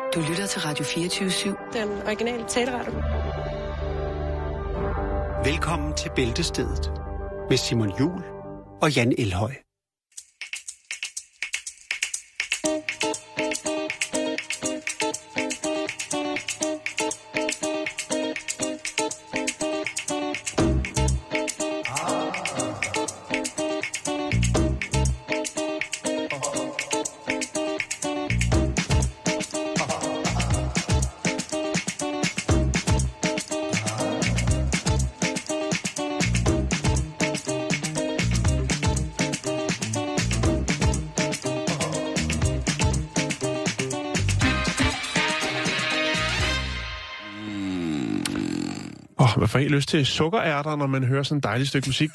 Du lytter til Radio 24/7. Den originale taleradio. Velkommen til Bæltestedet med Simon Jul og Jan Elhøj. Man får helt lyst til sukkerærter, når man hører sådan et dejligt stykke musik.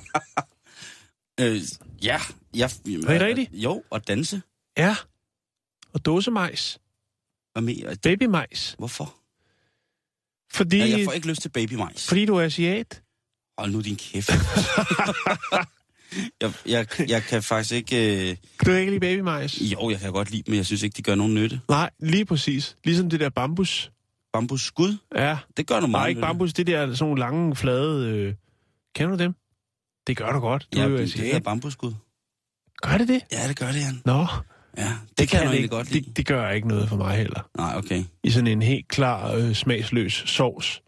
Ja. Er det rigtigt? Jo, og danse. Ja. Og dåsemajs. Hvad mere? Babymajs. Hvorfor? Fordi... Ja, jeg får ikke lyst til babymajs. Fordi du er asiat. Hold nu din kæft. jeg kan faktisk ikke... Kan du ikke lide babymajs? Jo, jeg kan godt lide, men jeg synes ikke, de gør nogen nytte. Nej, lige præcis. Ligesom det der bambus. Bambusskud? Ja. Det gør du meget. Nej, ikke bambus, det der sådan nogle lange, flade... Kender du dem? Det gør du godt. Du ja, er det er bambusskud. Gør det det? Ja, det gør det, Jan. Nå. Ja, det kan jeg egentlig godt lide. Det gør ikke noget for mig heller. Nej, okay. I sådan en helt klar, smagsløs sovs.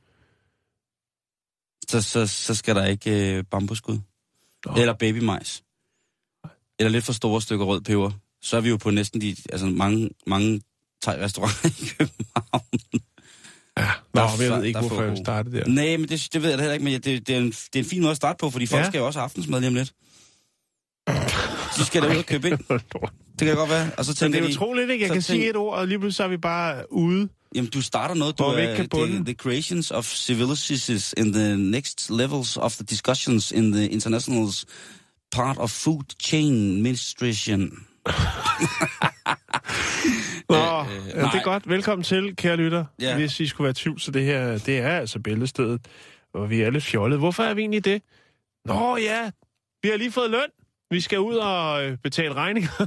Så skal der ikke bambusskud. Eller babymajs. Eller lidt for store stykker rød peber. Så er vi jo på næsten mange thai-restauranter i København. Ja, jeg ved ikke, hvorfor jeg startede der. Nej, men det ved jeg da heller ikke, men det er en fin måde at starte på, fordi folk skal jo også have aftensmad lige om lidt. De skal da ud og købe ind. Det kan godt være. Og så tænker men det er utroligt, ikke? Jeg kan sige et ord, og lige pludselig så er vi bare ude. Jamen, du starter noget, du er the creations of civilizations in the next levels of the discussions in the international part of food chain administration. Det er godt. Velkommen til, kære lytter. Ja. Hvis I skulle være i tvivl, så det her, det er altså Bæltestedet, og vi er lidt fjollede. Hvorfor er vi egentlig det? Nå ja, vi har lige fået løn. Vi skal ud og betale regninger.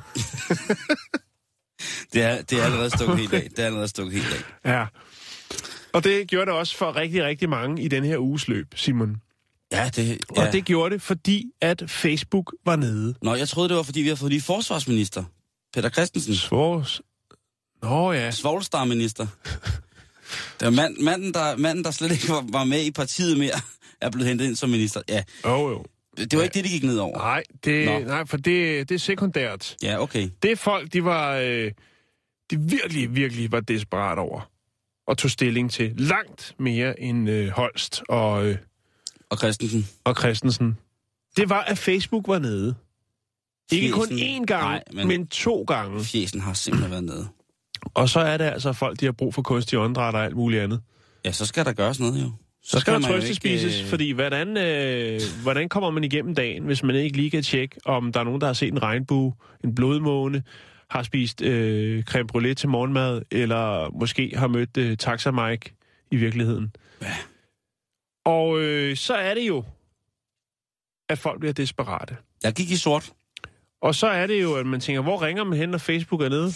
det er allerede stukket helt af. Ja. Og det gjorde det også for rigtig, rigtig mange i den her uges løb, Simon. Ja. Og det gjorde det, fordi at Facebook var nede. Nå, jeg troede, det var, fordi vi har fået lige forsvarsminister. Peter Christensen. Nå ja. Svovlstarminister. Det er manden, der slet ikke var med i partiet mere, er blevet hentet ind som minister. Ja. Jo. Det var ikke det gik ned over. Nej, for det er sekundært. Ja, okay. Det folk, de virkelig, virkelig var desperat over. Og tog stilling til langt mere end Holst og Christensen. Det var, at Facebook var nede. Ikke kun én gang, men 2 gange. Fjesen har simpelthen været nede. Og så er det altså folk, de har brug for kunstig åndedræt og alt muligt andet. Ja, så skal der gøres noget jo. Så skal der trøstespises, fordi hvordan kommer man igennem dagen, hvis man ikke lige kan tjekke, om der er nogen, der har set en regnbue, en blodmåne, har spist creme brûlée til morgenmad, eller måske har mødt Taxa Mike i virkeligheden. Ja. Og så er det jo, at folk bliver desperate. Jeg gik i sort. Og så er det jo, at man tænker, hvor ringer man hen, når Facebook er nede?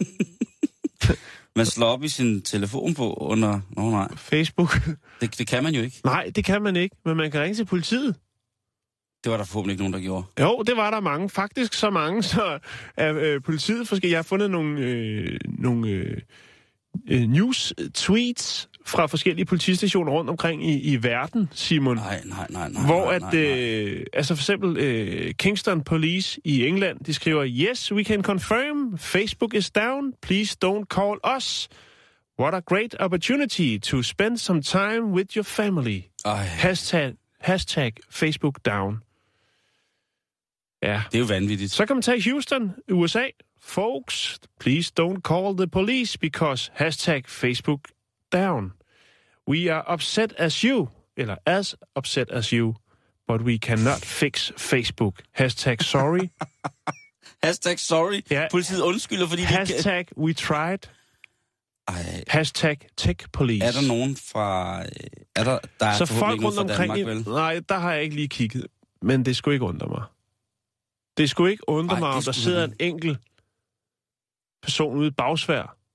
Man slår op i sin telefon på under... nej. Facebook. Det kan man jo ikke. Nej, det kan man ikke, men man kan ringe til politiet. Det var der forhåbentlig ikke nogen, der gjorde. Jo, det var der mange. Faktisk så mange, så politiet... Jeg har fundet nogle news-tweets fra forskellige politistationer rundt omkring i verden, Simon. Nej. Hvor for eksempel Kingston Police i England, de skriver, yes, we can confirm, Facebook is down, please don't call us. What a great opportunity to spend some time with your family. Hashtag Facebook down. Ja. Det er jo vanvittigt. Så kan man tage Houston, USA. Folks, please don't call the police because hashtag Facebook down. We are upset as you, eller as upset as you, but we cannot fix Facebook. Hashtag sorry. Hashtag sorry. Ja. Politiet undskylder, fordi hashtag we tried. Hashtag tech police. Er der nogen fra... der er så folk rundt omkring... Danmark, vel? Nej, der har jeg ikke lige kigget. Men det skulle ikke undre mig. Det skulle ikke undre mig, om der sidder en enkelt person ude i Bagsværd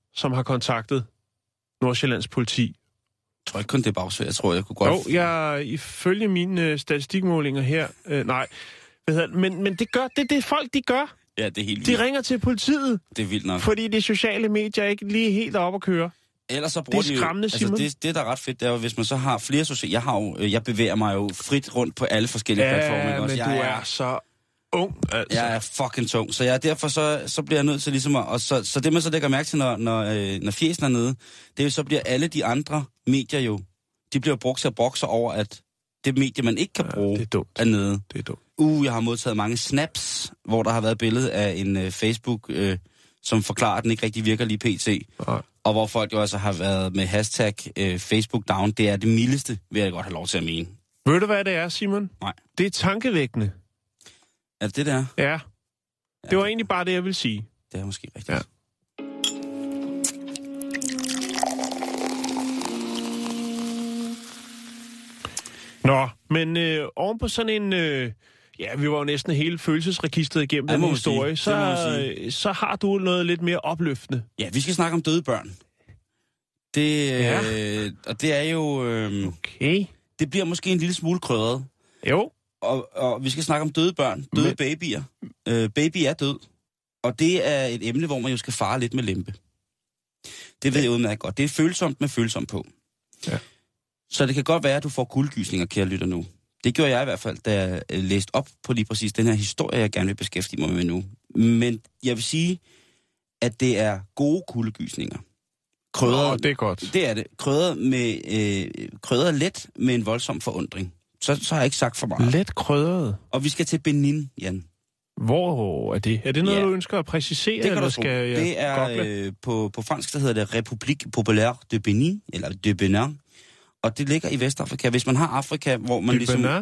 som har kontaktet Nordsjællands politi. Jeg tror ikke kun det er bagsvær. Jeg tror, jeg kunne godt... Jo, ifølge mine statistikmålinger her... nej, men det gør det folk, de gør. Ja, det er helt vildt. De ringer til politiet. Det er vildt nok. Fordi de sociale medier ikke lige helt er oppe at køre. Ellers så bruger det er skræmmende, Simon. Altså det, der er ret fedt, det er jo, hvis man så har flere sociale... Jeg bevæger mig jo frit rundt på alle forskellige platforme. Ja, men du er så ung, altså. Jeg er fucking tung. Så derfor så bliver jeg nødt til ligesom at... Så det man så lægger mærke til, når fjesen er nede, det er jo, så bliver alle de andre medier jo... De bliver brugt til at brokse over, at det medie, man ikke kan bruge, er nede. Det er dumt. Jeg har modtaget mange snaps, hvor der har været et billede af en Facebook, som forklarer, at den ikke rigtig virker lige pt. Nej. Og hvor folk jo altså har været med hashtag Facebook down. Det er det mildeste, vil jeg godt have lov til at mene. Ved du, hvad det er, Simon? Nej. Det er tankevækkende. Er det der? Ja. Det var egentlig bare det, jeg ville sige. Det er måske rigtigt. Ja. Nå, men oven på sådan en... vi var jo næsten hele følelsesregistret igennem den historie. Så har du noget lidt mere opløftende. Ja, vi skal snakke om døde børn. Og det er jo... Okay. Det bliver måske en lille smule krydret. Jo. Og vi skal snakke om døde børn, døde babyer. Baby er død. Og det er et emne, hvor man jo skal fare lidt med lempe. Det ved jeg udmærket godt. Det er følsomt med følsomt på. Ja. Så det kan godt være, at du får kuldegysninger, kære lytter nu. Det gjorde jeg i hvert fald, da jeg læste op på lige præcis den her historie, jeg gerne vil beskæftige mig med nu. Men jeg vil sige, at det er gode kuldegysninger. Krydret, det er godt. Det er det. Krydret let med en voldsom forundring. Så har jeg ikke sagt for meget. Let krydret? Og vi skal til Benin, Jan. Hvor er det? Er det noget, du ønsker at præcisere? Det kan du tro. Det er på fransk, der hedder det République Populaire de Benin, eller de Benin. Og det ligger i Vestafrika. Hvis man har Afrika, hvor man ligesom...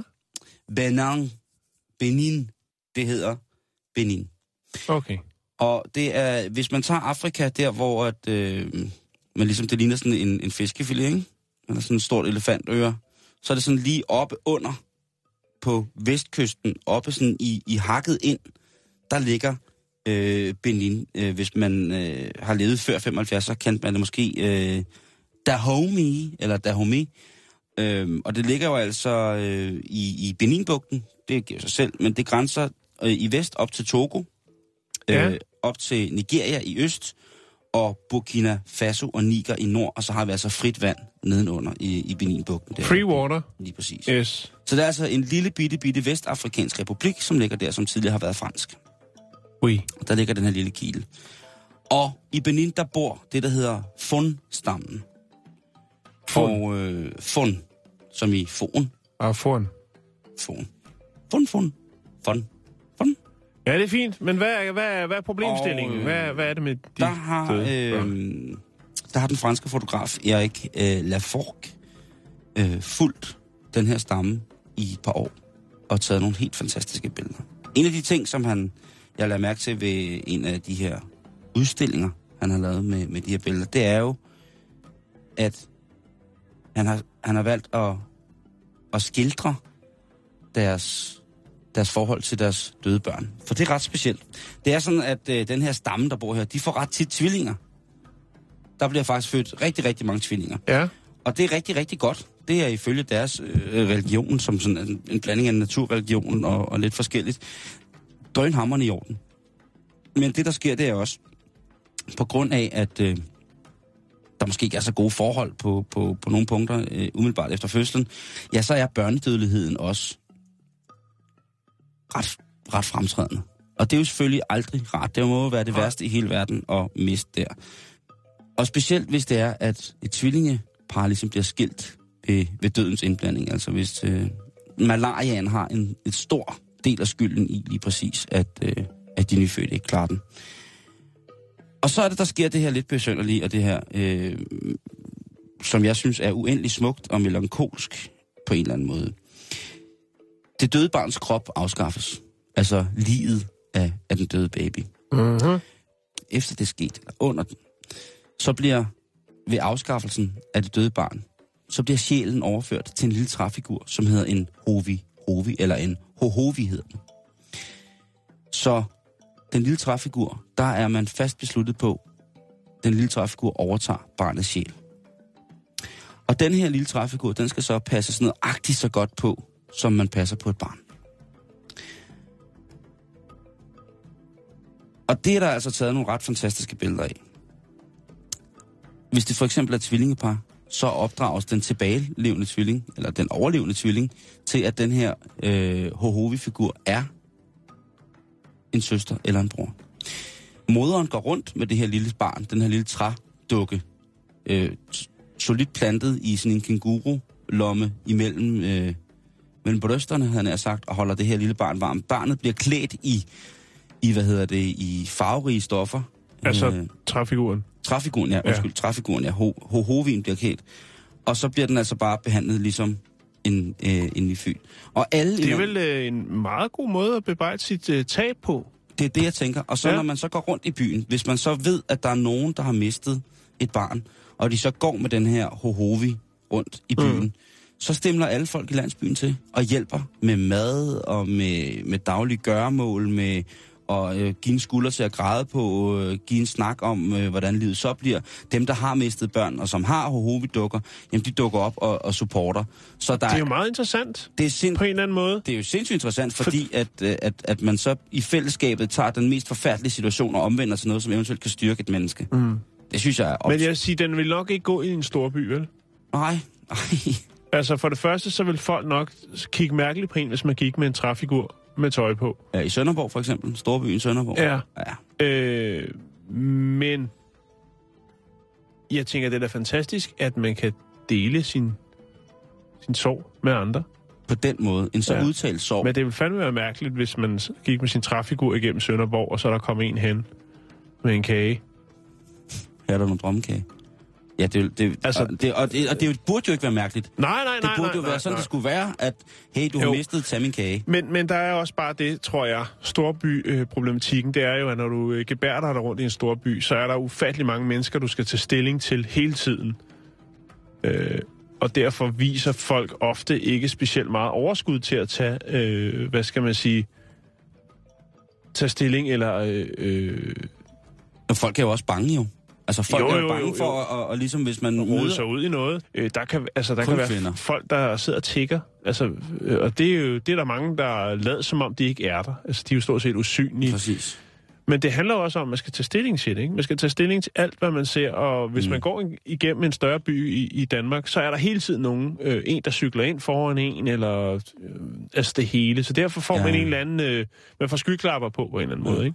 Benin, det hedder Benin. Okay. Og det er, hvis man tager Afrika der, hvor at, man ligesom, det ligner sådan en fiskefilet, ikke? Eller sådan en stort elefantøre. Så er det sådan lige oppe under på vestkysten, oppe sådan i hakket ind, der ligger Benin. Hvis man har levet før 75, så kendte man det måske Dahomey, eller Dahomey. Og det ligger jo altså i Beninbugten, det giver sig selv, men det grænser i vest op til Togo, op til Nigeria i øst, og Burkina Faso og Niger i nord, og så har vi altså frit vand nedenunder i Beninbugten. Der. Free water. Lige præcis. Yes. Så det er altså en lille bitte vestafrikansk republik, som ligger der, som tidligere har været fransk. Oui. Der ligger den her lille kile. Og i Benin, der bor det, der hedder Fon-stammen. Og Fon, som i Fon. Fon. Fon. Ja, det er fint, men hvad er problemstillingen? Hvad er det med de der har den franske fotograf Erik Laforgue fulgt den her stamme i et par år og taget nogle helt fantastiske billeder. En af de ting, som jeg lader mærke til ved en af de her udstillinger, han har lavet med de her billeder, det er jo, at han har valgt at skildre deres forhold til deres døde børn. For det er ret specielt. Det er sådan, at den her stamme, der bor her, de får ret tit tvillinger. Der bliver faktisk født rigtig, rigtig mange tvillinger. Ja. Og det er rigtig, rigtig godt. Det er ifølge deres religion, som sådan en blanding af naturreligion og lidt forskelligt. Drønhamrende i orden. Men det, der sker, det er også, på grund af, at der måske ikke er så gode forhold på nogle punkter umiddelbart efter fødslen, ja, så er børnedødeligheden også ret fremtrædende. Og det er jo selvfølgelig aldrig rart. Det må jo være det værste i hele verden at miste der. Og specielt hvis det er, at et tvillingepar ligesom bliver skilt ved dødens indblanding. Altså hvis malariaen har et stor del af skylden i lige præcis, at de nyfødte ikke klarer den. Og så er det, der sker det her lidt besynderlige, og det her, som jeg synes er uendelig smukt og melankolsk på en eller anden måde. Det døde barns krop afskaffes. Altså liget af den døde baby. Mm-hmm. Efter det skete, eller under den, så bliver ved afskaffelsen af det døde barn, så bliver sjælen overført til en lille træfigur, som hedder en hovi, eller en hohovi hedder den. Så den lille træfigur, der er man fast besluttet på, den lille træfigur overtager barnets sjæl. Og den her lille træfigur, den skal så passe nøjagtigt så godt på, som man passer på et barn. Og det er der altså taget nogle ret fantastiske billeder af. Hvis det for eksempel er tvillingepar, så opdrages den tilbagelevende tvilling, eller den overlevende tvilling, til at den her Hohovi-figur er en søster eller en bror. Moderen går rundt med det her lille barn, den her lille trædukke, solidt plantet i sådan en kænguru-lomme mellem brysterne, havde han sagt, og holder det her lille barn varmt. Barnet bliver klædt i i farverige stoffer. Altså træfiguren. Træfiguren, ja. Undskyld, træfiguren, ja. Hohovien bliver klædt. Og så bliver den altså bare behandlet ligesom en nyfødt. Og alle det er vel en meget god måde at bebrejde sit tab på. Det er det, jeg tænker. Og så når man så går rundt i byen, hvis man så ved, at der er nogen, der har mistet et barn, og de så går med den her Hohovi rundt i byen, så stemler alle folk i landsbyen til og hjælper med mad og med daglige gøremål, med at give en skulder til at græde på, give en snak om, hvordan livet så bliver. Dem, der har mistet børn, og som har Hohovi-dukker, jamen de dukker op og supporter. Så der det er jo meget interessant, på en eller anden måde. Det er jo sindssygt interessant, fordi at man så i fællesskabet tager den mest forfærdelige situation og omvender til noget, som eventuelt kan styrke et menneske. Det synes jeg er Men jeg vil sige, den vil nok ikke gå i en stor by, vel? Nej. Altså for det første, så vil folk nok kigge mærkeligt på en, hvis man gik med en træfigur med tøj på. Ja, i Sønderborg for eksempel. Storbyen Sønderborg. Ja. Men jeg tænker, det er da fantastisk, at man kan dele sin sorg med andre. På den måde. En så udtalt sorg. Men det vil fandme være mærkeligt, hvis man gik med sin træfigur igennem Sønderborg, og så der kom en hen med en kage. Her er der nogle drømmekage. Ja, det burde jo ikke være mærkeligt. Nej. Det burde jo være sådan, det skulle være, at hey, du har mistet, tag min kage. Men der er også bare det, tror jeg, storby-problematikken, det er jo, at når du gebærder dig rundt i en storby, så er der ufattelig mange mennesker, du skal tage stilling til hele tiden. Og derfor viser folk ofte ikke specielt meget overskud til at tage, tage stilling, eller... Folk er jo også bange, jo. Altså folk er jo bange for, og ligesom hvis man rode sig ud i noget. Der kan være folk, der sidder og tigger. Altså, og det er der mange, der lader som om, de ikke er der. Altså, de er jo stort set usynlige. Præcis. Men det handler også om, at man skal tage stilling til det, ikke? Man skal tage stilling til alt, hvad man ser. Og hvis man går igennem en større by i Danmark, så er der hele tiden nogen, en, der cykler ind foran en, eller altså det hele. Så derfor får man en eller anden... man får skyklapper på en eller anden måde,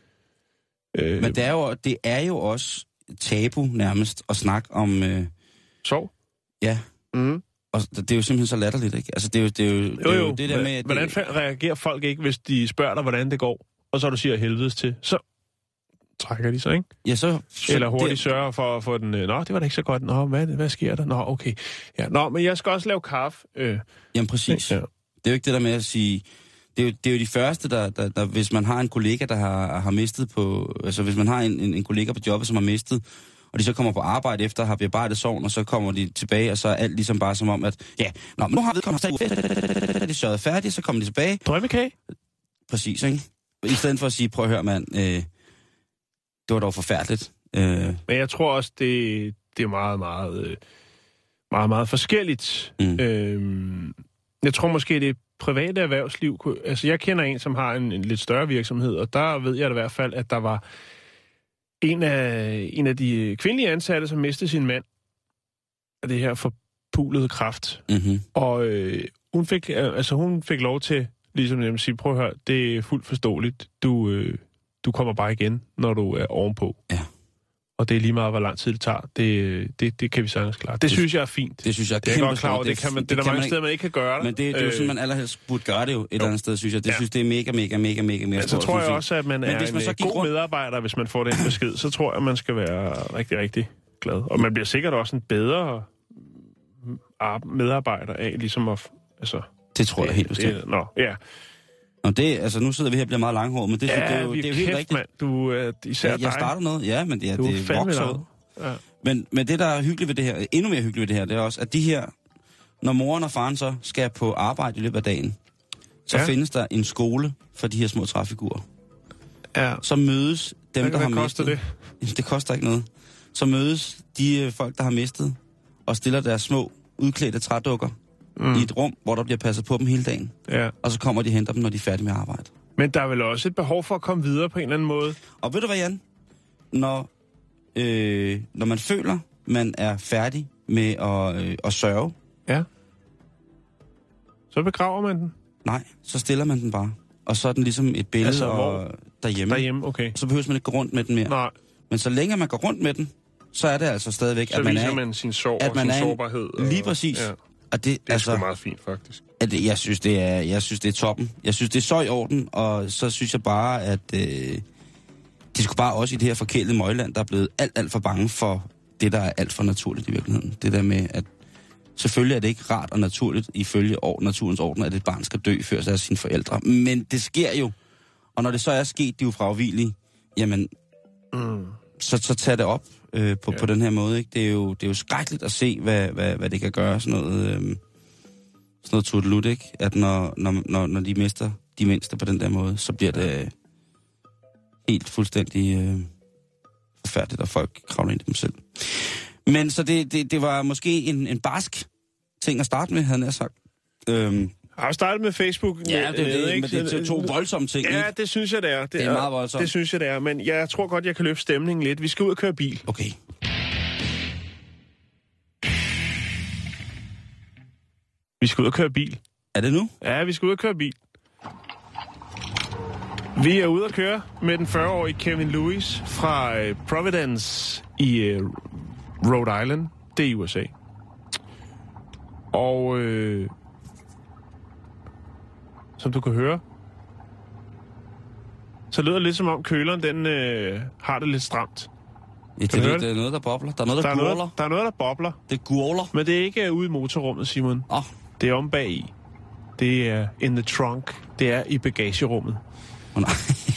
ikke? Men det er jo også tabu nærmest at snakke om... Sorg? Ja. Og det er jo simpelthen så latterligt, ikke? Altså, det er jo det der med... Hvordan reagerer folk ikke, hvis de spørger dig, hvordan det går, og så du siger helvedes til? Så trækker de sig, ikke? Ja, så eller hurtigt sørger for at få den... Nå, det var da ikke så godt. Nå, hvad sker der? Nå, okay. Ja, men jeg skal også lave kaffe. Jamen, præcis. Ja. Det er jo ikke det der med at sige... Det er jo de første, der hvis man har en kollega, der har mistet på... Altså, hvis man har en kollega på jobbet, som har mistet, og de så kommer på arbejde efter at have bearbejdet sorgen, og så kommer de tilbage, og så er alt ligesom bare som om, at... Ja, nu har vedkommende de sørget færdigt, så kommer de tilbage. Drømmekage? Præcis, ikke? I stedet for at sige, prøv at høre, mand, det var dog forfærdeligt. Men jeg tror også, det er meget, meget, meget, meget forskelligt. Jeg tror måske, det private erhvervsliv... Altså, jeg kender en, som har en lidt større virksomhed, og der ved jeg i hvert fald, at der var en af de kvindelige ansatte, som mistede sin mand af det her forpulede kræft. Og hun fik lov til ligesom at sige, prøv at høre, det er fuldt forståeligt. Du kommer bare igen, når du er ovenpå. Ja. Og det er lige meget, hvor lang tid det tager. Det kan vi sagtens klare. Det synes jeg er fint. Det synes jeg er kæmpe godt klar over. Det er der mange steder, man ikke kan gøre det. Men det er jo sådan, man allerhelst burde gøre det jo et eller andet sted, synes jeg. Det synes det er mega så tror jeg også, at man er en god medarbejder, hvis man får den besked. Så tror jeg, man skal være rigtig, rigtig glad. Og man bliver sikkert også en bedre medarbejder af, ligesom at... Altså, det tror jeg helt bestemt. Og det, altså nu sidder vi her og bliver meget langhåret, men det er jo helt rigtigt. Mand. Du er især jeg starter noget, men det vokser. Ja. Men det, der er hyggeligt ved det her, endnu mere hyggeligt ved det her, det er også, at de her, når moren og faren så skal på arbejde i løbet af dagen, så findes der en skole for de her små træfigurer. Ja. Så mødes dem, der har koster mistet... Det koster ikke noget. Så mødes de folk, der har mistet, og stiller deres små udklædte trædukker i et rum, hvor der bliver passet på dem hele dagen. Ja. Og så kommer de og henter dem, når de er færdige med at arbejde. Men der er vel også et behov for at komme videre på en eller anden måde. Og ved du hvad, Jan? Når man føler, man er færdig med at sørge, ja, så begraver man den. Nej, så stiller man den bare. Og så er den ligesom et billede altså, derhjemme. Derhjemme, okay. Så behøver man ikke gå rundt med den mere. Nej. Men så længe man går rundt med den, så er det altså stadigvæk, så at man viser man sin sorg og sin sårbarhed. Lige præcis. Ja. Og det er sgu meget fint, faktisk. Jeg synes, det er toppen. Jeg synes, det er så i orden, og så synes jeg bare, at de skulle bare også i det her forkælede møgland, der er blevet alt for bange for det, der er alt for naturligt i virkeligheden. Det der med, at selvfølgelig er det ikke rart og naturligt ifølge naturens orden, at et barn skal dø før sig af sine forældre. Men det sker jo. Og når det så er sket, de er jo fravigelige, jamen, så tag det op på den her måde. Ikke? Det er jo skrækkeligt at se, hvad det kan gøre, sådan noget tudelut, ikke? At når de mister de mindste på den der måde, så bliver det helt fuldstændig forfærdeligt, at folk kravler ind i dem selv. Men så det var måske en barsk ting at starte med, havde jeg sagt. Jeg har startet med Facebook. Ja, men det er to voldsomme ting, ja, ikke? det synes jeg, det er. Det er meget voldsomt. Det synes jeg, det er. Men jeg tror godt, jeg kan løfte stemningen lidt. Vi skal ud og køre bil. Okay. Vi skal ud og køre bil. Er det nu? Ja, vi skal ud og køre bil. Vi er ude at køre med den 40-årige Kevin Lewis fra Providence i Rhode Island. Det er i USA. Og som du kan høre, så lyder det lidt som om køleren, den har det lidt stramt. Ja, det er noget, der bobler. Der er noget, der gurler. Der er noget, der bobler. Det gurler. Men det er ikke ude i motorrummet, Simon. Det er om bag i. Det er in the trunk. Det er i bagagerummet. Nej.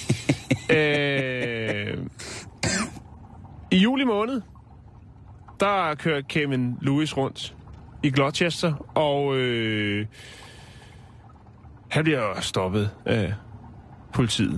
I juli måned, der kører Kevin Lewis rundt i Gloucester, og han bliver stoppet af politiet.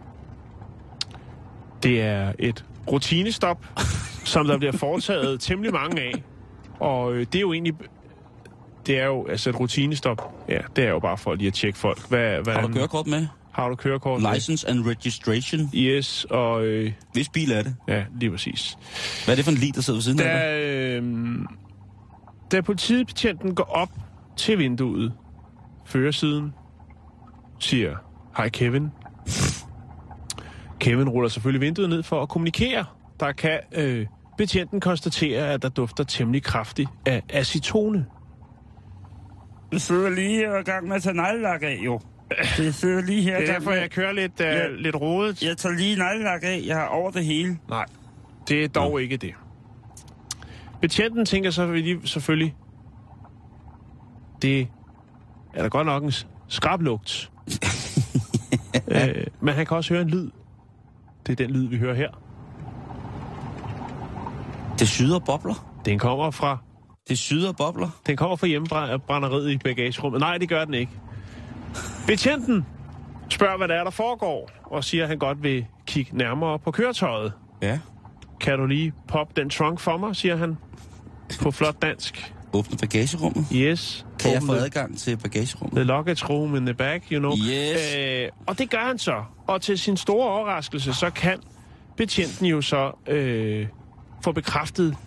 Det er et rutinestop, som der bliver foretaget temmelig mange af. Og det er jo egentlig... Det er jo altså et rutinestop. Ja, det er jo bare for lige at tjekke folk. Har du kørekort med? Har du kørekort med? License and registration? Yes, og... Hvis bil er det? Ja, lige præcis. Hvad er det for en lig, der sidder ved siden af dig? Da politibetjenten går op til vinduet, førersiden, siger, hej Kevin. Kevin ruller selvfølgelig vinduet ned for at kommunikere. Der kan betjenten konstatere, at der dufter temmelig kraftigt af acetone. Du sidder lige her og gang med at tage neglelak af, jo. Det sidder lige her. Det er derfor, jeg kører lidt rodet. Jeg tager lige neglelak af. Jeg har over det hele. Nej, det er dog ikke det. Betjenten tænker selvfølgelig, det er da godt nok en skrablugt. Men han kan også høre en lyd. Det er den lyd, vi hører her. Det syder bobler? Den kommer fra... Det syder bobler? Den kommer fra hjemmebrænderiet i bagagerummet. Nej, det gør den ikke. Betjenten spørger, hvad der er, der foregår, og siger, at han godt vil kigge nærmere på køretøjet. Ja. Kan du lige poppe den trunk for mig, siger han på flot dansk. Åbne bagagerummet? Yes. Kan jeg få adgang til bagagerummet? The luggage room in the back, you know. Yes. Og det gør han så. Og til sin store overraskelse, så kan betjenten jo så få bekræftet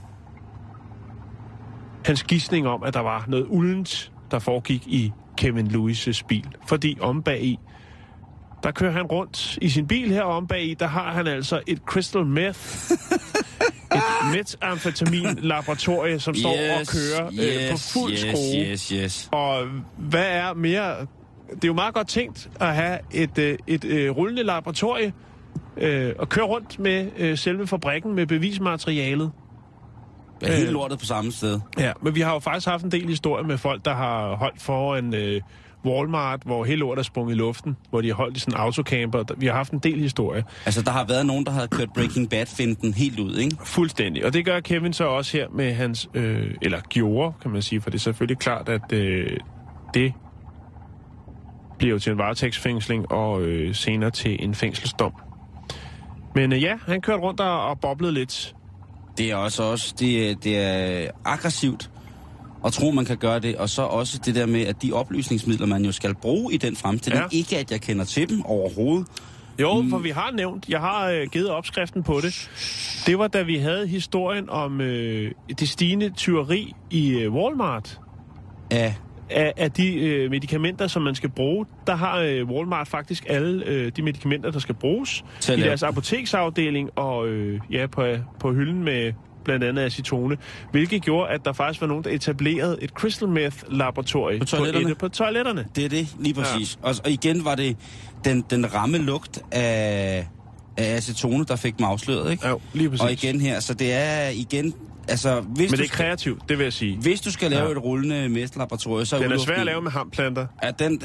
hans gidsning om, at der var noget uldent, der foregik i Kevin Lewis' bil. Fordi om bag i, der kører han rundt i sin bil her, og om bag i, der har han altså et crystal meth, et metamfetamin-laboratorie, som står og kører på fuld skrue. Yes. Og hvad er mere... Det er jo meget godt tænkt at have et rullende laboratorie og køre rundt med selve fabrikken med bevismaterialet. Ja, helt lortet på samme sted. Ja, men vi har jo faktisk haft en del historier med folk, der har holdt foran Walmart, hvor hele lortet er sprunget i luften, hvor de har holdt i sådan en autocamper. Vi har haft en del historier. Altså, der har været nogen, der har kørt Breaking Bad-finten helt ud, ikke? Fuldstændig. Og det gør Kevin så også her med hans... eller gjorde, kan man sige, for det er selvfølgelig klart, at det bliver jo til en varetægtsfængsling og senere til en fængselsdom. Men ja, han kørte rundt og boblede lidt. Det er også det er aggressivt at tro, man kan gøre det. Og så også det der med, at de oplysningsmidler, man jo skal bruge i den fremstilling, ikke at jeg kender til dem overhovedet. Jo, for vi har nævnt, jeg har givet opskriften på det. Det var, da vi havde historien om det stigende tyveri i Walmart. Af de medicamenter, som man skal bruge. Der har Walmart faktisk alle de medicamenter, der skal bruges i deres apoteksafdeling og på hylden med blandt andet acetone, hvilket gjorde, at der faktisk var nogen, der etablerede et crystal meth-laboratorie på toiletterne. Det er det, lige præcis. Ja. Og igen var det den ramme lugt af acetone, der fik mig afsløret, ikke? Jo, lige præcis. Og igen her, så det er igen... Altså, men det er kreativt, det vil jeg sige. Hvis du skal lave et rullende meth-laboratorie, så... Den er svær at lave med hamplanter. Ja, det...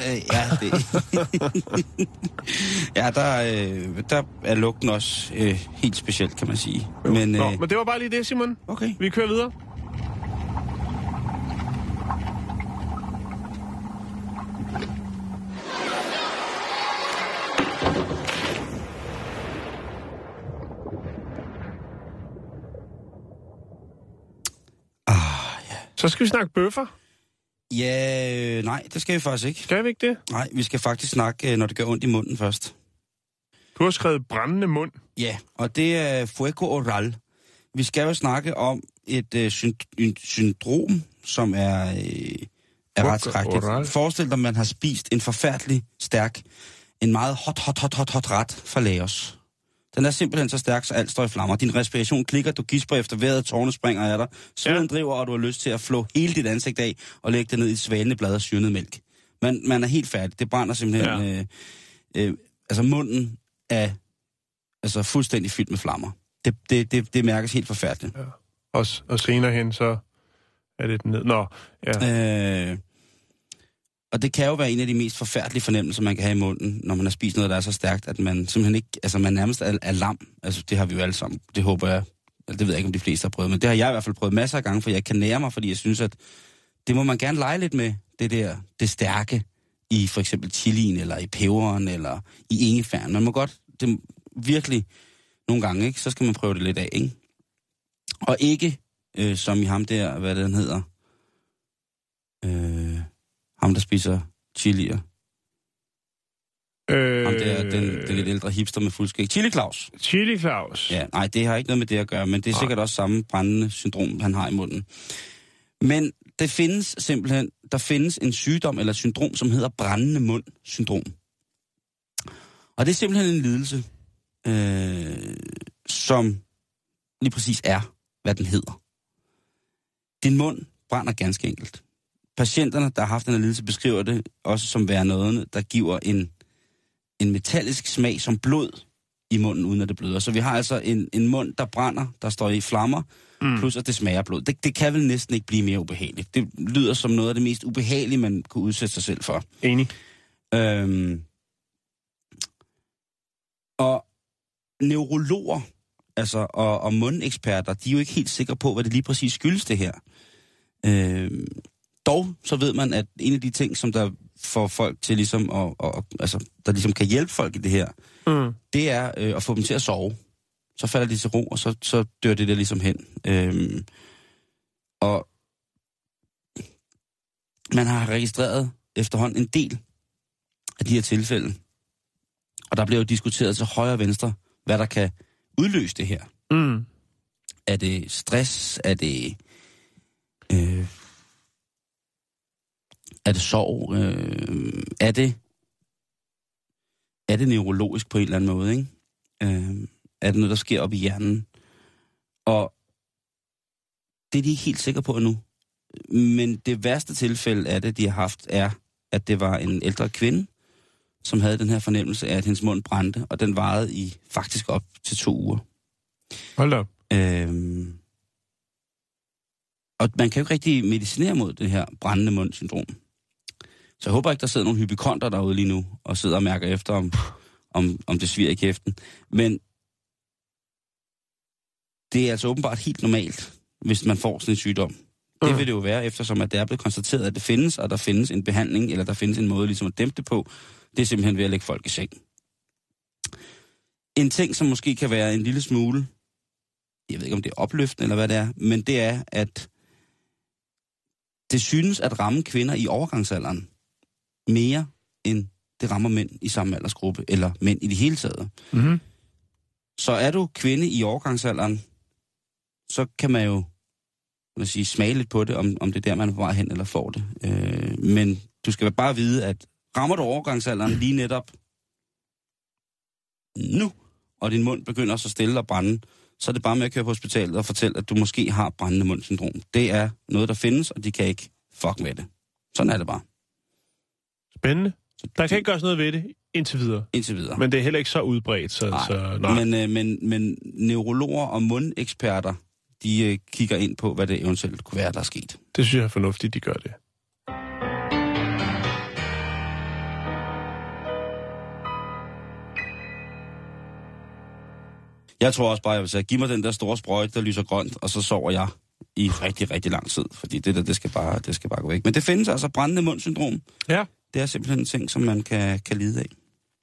ja, der er lugten også helt specielt, kan man sige. Men det var bare lige det, Simon. Okay. Vi kører videre. Så skal vi snakke bøffer. Ja, nej, det skal vi faktisk ikke. Skal vi ikke det? Nej, vi skal faktisk snakke, når det gør ondt i munden først. Du har skrevet brændende mund. Ja, og det er fuego oral. Vi skal jo snakke om et syndrom, som er ret skrækkeligt. Forestil dig, at man har spist en forfærdelig stærk, en meget hot ret fra Laos. Den er simpelthen så stærk, så alt står i flammer. Din respiration klikker, du gisper efter vejret, tårne springer af dig. Sveden driver, og du har lyst til at flå hele dit ansigt af og lægge det ned i svaneblad og syrnet mælk. Man er helt færdig. Det brænder simpelthen... altså munden er fuldstændig fyldt med flammer. Det mærkes helt forfærdeligt. Ja. Og senere hen, så er det den ned. Nå, ja. Og det kan jo være en af de mest forfærdelige fornemmelser, man kan have i munden, når man har spist noget, der er så stærkt, at man simpelthen ikke... Altså, man nærmest er lam. Altså, det har vi jo alle sammen. Det håber jeg... Det ved jeg ikke, om de fleste har prøvet, men det har jeg i hvert fald prøvet masser af gange, for jeg kan nære mig, fordi jeg synes, at det må man gerne lege lidt med, det stærke i for eksempel chilien, eller i peberen, eller i ingefæren. Man må godt... Det virkelig nogle gange, ikke? Så skal man prøve det lidt af, ikke? Og ikke som i ham der, hvad det hedder... ham, der spiser chilier. Ham der, den lidt ældre hipster med fuldskæg. Chili Claus. Chili Claus. Ja, nej, det har ikke noget med det at gøre, men det er sikkert også samme brændende syndrom, han har i munden. Men det findes simpelthen, der findes en sygdom eller syndrom, som hedder brændende mund-syndrom. Og det er simpelthen en lidelse, som lige præcis er, hvad den hedder. Din mund brænder ganske enkelt. Patienterne, der har haft den her lidelse, beskriver det også som være noget, der giver en metallisk smag som blod i munden, uden at det bløder. Så vi har altså en mund, der brænder, der står i flammer, plus at det smager blod. Det kan vel næsten ikke blive mere ubehageligt. Det lyder som noget af det mest ubehagelige, man kunne udsætte sig selv for. Enig. Og neurologer, altså og mundeksperter, de er jo ikke helt sikre på, hvad det lige præcis skyldes det her. Dog så ved man, at en af de ting, som der får folk til ligesom, altså, der ligesom kan hjælpe folk i det her, det er at få dem til at sove. Så falder de til ro, og så dør det der ligesom hen. Og man har registreret efterhånden en del af de her tilfælde. Og der bliver jo diskuteret til højre og venstre, hvad der kan udløse det her. Er det stress? Er det... Er det sorg? Er det neurologisk på en eller anden måde, ikke? Er det noget, der sker op i hjernen? Og det er de ikke helt sikre på endnu. Men det værste tilfælde af det, de har haft, er, at det var en ældre kvinde, som havde den her fornemmelse af, at hendes mund brændte, og den varede i faktisk op til 2 uger. Hold op. Og man kan jo ikke rigtig medicinere mod det her brændende mund-syndrom. Så jeg håber ikke, der sidder nogle hypokonter derude lige nu, og sidder og mærker efter, om det sviger i kæften. Men det er altså åbenbart helt normalt, hvis man får sådan en sygdom. Det vil det jo være, eftersom at det er blevet konstateret, at det findes, og der findes en behandling, eller der findes en måde ligesom at dæmpe det på. Det er simpelthen ved at lægge folk i seng. En ting, som måske kan være en lille smule, jeg ved ikke, om det er opløftende eller hvad det er, men det er, at det synes at ramme kvinder i overgangsalderen mere, end det rammer mænd i samme aldersgruppe, eller mænd i det hele taget. Mm-hmm. Så er du kvinde i overgangsalderen, så kan man jo smage lidt på det, om det er der, man er på vej hen eller får det. Men du skal bare vide, at rammer du overgangsalderen lige netop nu, og din mund begynder så stille at brænde, så er det bare med at køre på hospitalet og fortælle, at du måske har brændende mundsyndrom. Det er noget, der findes, og de kan ikke fuck med det. Sådan er det bare. Spændende. Der kan ikke gøres noget ved det indtil videre. Indtil videre. Men det er heller ikke så udbredt. Nej. Men neurologer og mundeksperter, de kigger ind på, hvad det eventuelt kunne være, der er sket. Det synes jeg er fornuftigt, de gør det. Jeg tror også bare, jeg vil sige, giv mig den der store sprøjte, der lyser grønt, og så sover jeg i rigtig, rigtig lang tid. Fordi det skal bare gå væk. Men det findes altså brændende mundsyndrom. Ja. Det er simpelthen en ting, som man kan lide af.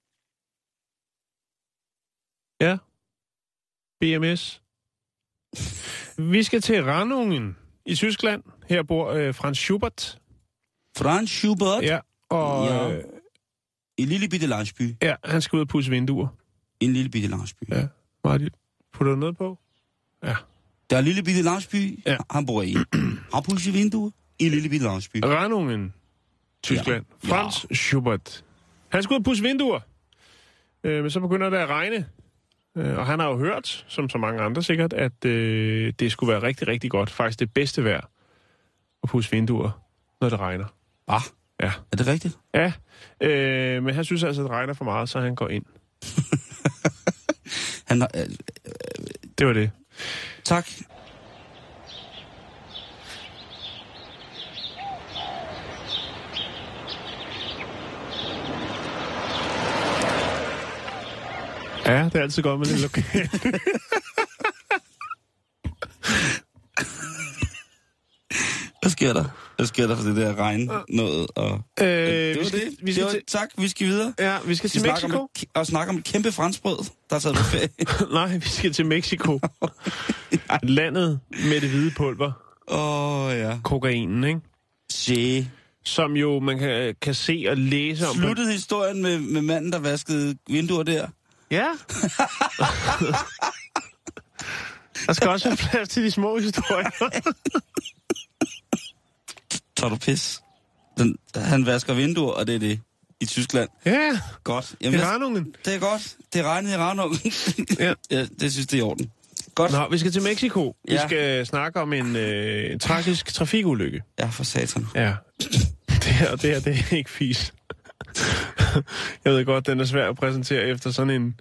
Ja. BMS. Vi skal til Ranungen i Tyskland. Her bor Franz Schubert. Franz Schubert? Ja. Og, ja. I en lille bitte landsby. Ja, han skal ud og pudse vinduer. I en lille bitte landsby. Ja. Martin, putter du noget på? Ja. Der er en lille bitte landsby, ja. Han bor i. Han pudser vinduer i en lille bitte landsby. Ranungen, Tyskland. Ja. Franz Schubert. Han skal ud og pudse vinduer. Men så begynder det at regne. Og han har jo hørt, som så mange andre sikkert, at det skulle være rigtig, rigtig godt. Faktisk det bedste vejr at pudse vinduer, når det regner. Ah, ja. Er det rigtigt? Ja, men han synes altså, at det regner for meget, så han går ind. Det var det. Tak. Ja, det er altid godt med lidt lokalt. Hvad sker der? Hvad sker der for det der regn noget? Og, det var det. Tak, vi skal videre. Ja, vi skal til Mexico. Og snakke om et kæmpe franskbrød, der er taget på ferie. Nej, vi skal til Mexico. Landet med det hvide pulver. Ja. Kokainen, ikke? Se. Som jo man kan se og læse om. Sluttede historien med manden, der vaskede vinduer der? Ja. Der skal også være plads til de små historier. Tager du pis? Han vasker vinduer, og det er det i Tyskland. Ja. Godt. Jamen, det er Ranungen. Det er godt. Det regnede i Ranungen. Ja. Ja, det synes det er i orden. Godt. Nå, vi skal til Mexico. Ja. Vi skal snakke om en tragisk trafikulykke. Ja, for satan. Ja. Det er ikke fis. Jeg ved godt, den er svær at præsentere efter sådan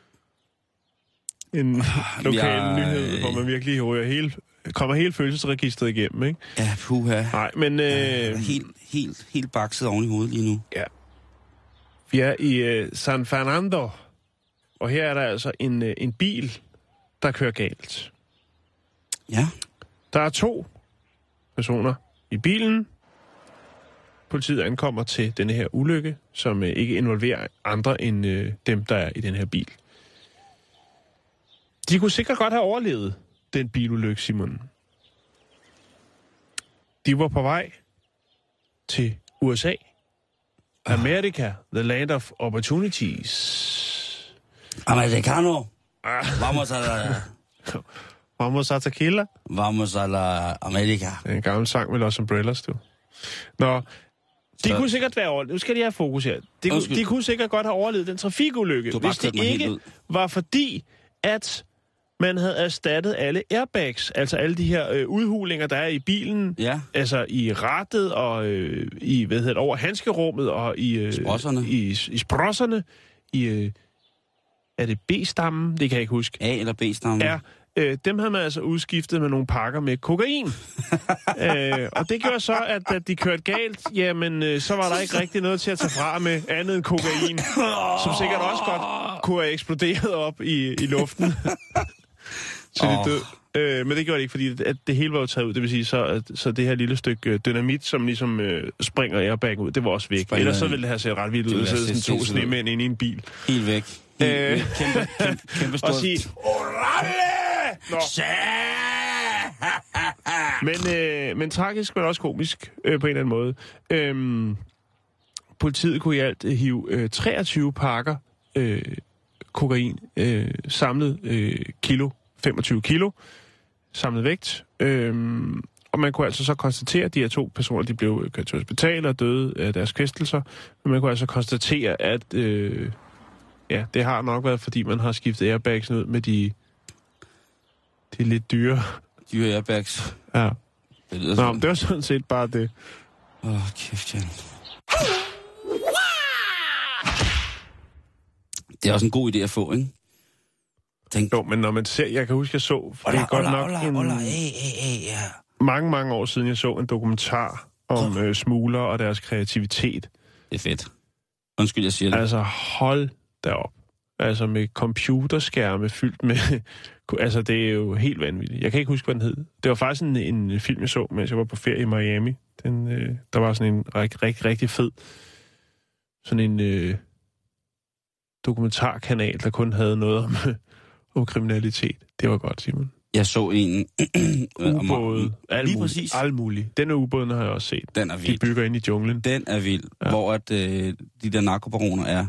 en lokal nyhed, hvor man virkelig kommer helt følelsesregistret igennem, ikke? Ja, puha. Nej, men... Helt bakset oven i hovedet lige nu. Ja. Vi er i San Fernando, og her er der altså en bil, der kører galt. Ja. Der er 2 personer i bilen. Politiet ankommer til denne her ulykke, som ikke involverer andre end dem, der er i den her bil. De kunne sikkert godt have overlevet den bilulykke, Simon. De var på vej til USA. America, the land of opportunities. Americano. Vamos a la... Vamos a tequila. Vamos a la America. Det er en gammel sang med Los Umbrellas, du. Nå, de kunne sikkert være overlevet. Nu skal de have fokus her. De kunne sikkert godt have overlevet den trafikulykke, hvis det ikke var fordi, at man havde erstattet alle airbags, altså alle de her udhulinger, der er i bilen, ja. Altså i rattet og i over handskerummet og i sprosserne. I sprosserne, er det B-stammen? Det kan jeg ikke huske. A eller B-stammen. Ja. Dem havde man altså udskiftet med nogle pakker med kokain. Og det gjorde så, at da de kørte galt, jamen, så var der ikke rigtig noget til at tage fra med andet end kokain, som sikkert også godt kunne have eksploderet op i luften. Så de død. Men det gjorde det ikke, fordi at det hele var jo taget ud. Det vil sige, så det her lille stykke dynamit, som ligesom springer airbaggen ud, det var også væk. Ellers så ville det have set ret vildt ud. Så sådan 2 snemænd inde i en bil. Helt væk. Kæmpe stort. Og sige, men tragisk, men også komisk på en eller anden måde. Politiet kunne i alt hive 23 pakker kokain, samlet kilo, 25 kilo, samlet vægt. Og man kunne altså så konstatere, at de her 2 personer, de blev kørt til hospital og døde af deres kvæstelser. Men man kunne altså konstatere, at det har nok været, fordi man har skiftet airbags ud med de lidt dyre Airbags. Ja. Det var sådan set bare det. Kæft, Jan. Det er også en god idé at få, ikke? Jo, men når man ser... Jeg kan huske, jeg så... Det er godt nok mange år siden, jeg så en dokumentar om smugler og deres kreativitet. Det er fedt. Undskyld, jeg siger det. Altså, hold da op. Altså, med computerskærme fyldt med... Altså, det er jo helt vanvittigt. Jeg kan ikke huske, hvad den hed. Det var faktisk en film, jeg så, mens jeg var på ferie i Miami. Der var sådan en rigtig fed... Sådan en... dokumentarkanal, der kun havde noget om kriminalitet. Det var godt, Simon. Jeg så en... ubåde. Alt muligt. Den ubåden har jeg også set. Den er vild. De bygger ind i junglen. Den er vild. Ja. Hvor at, de der narkobaroner er...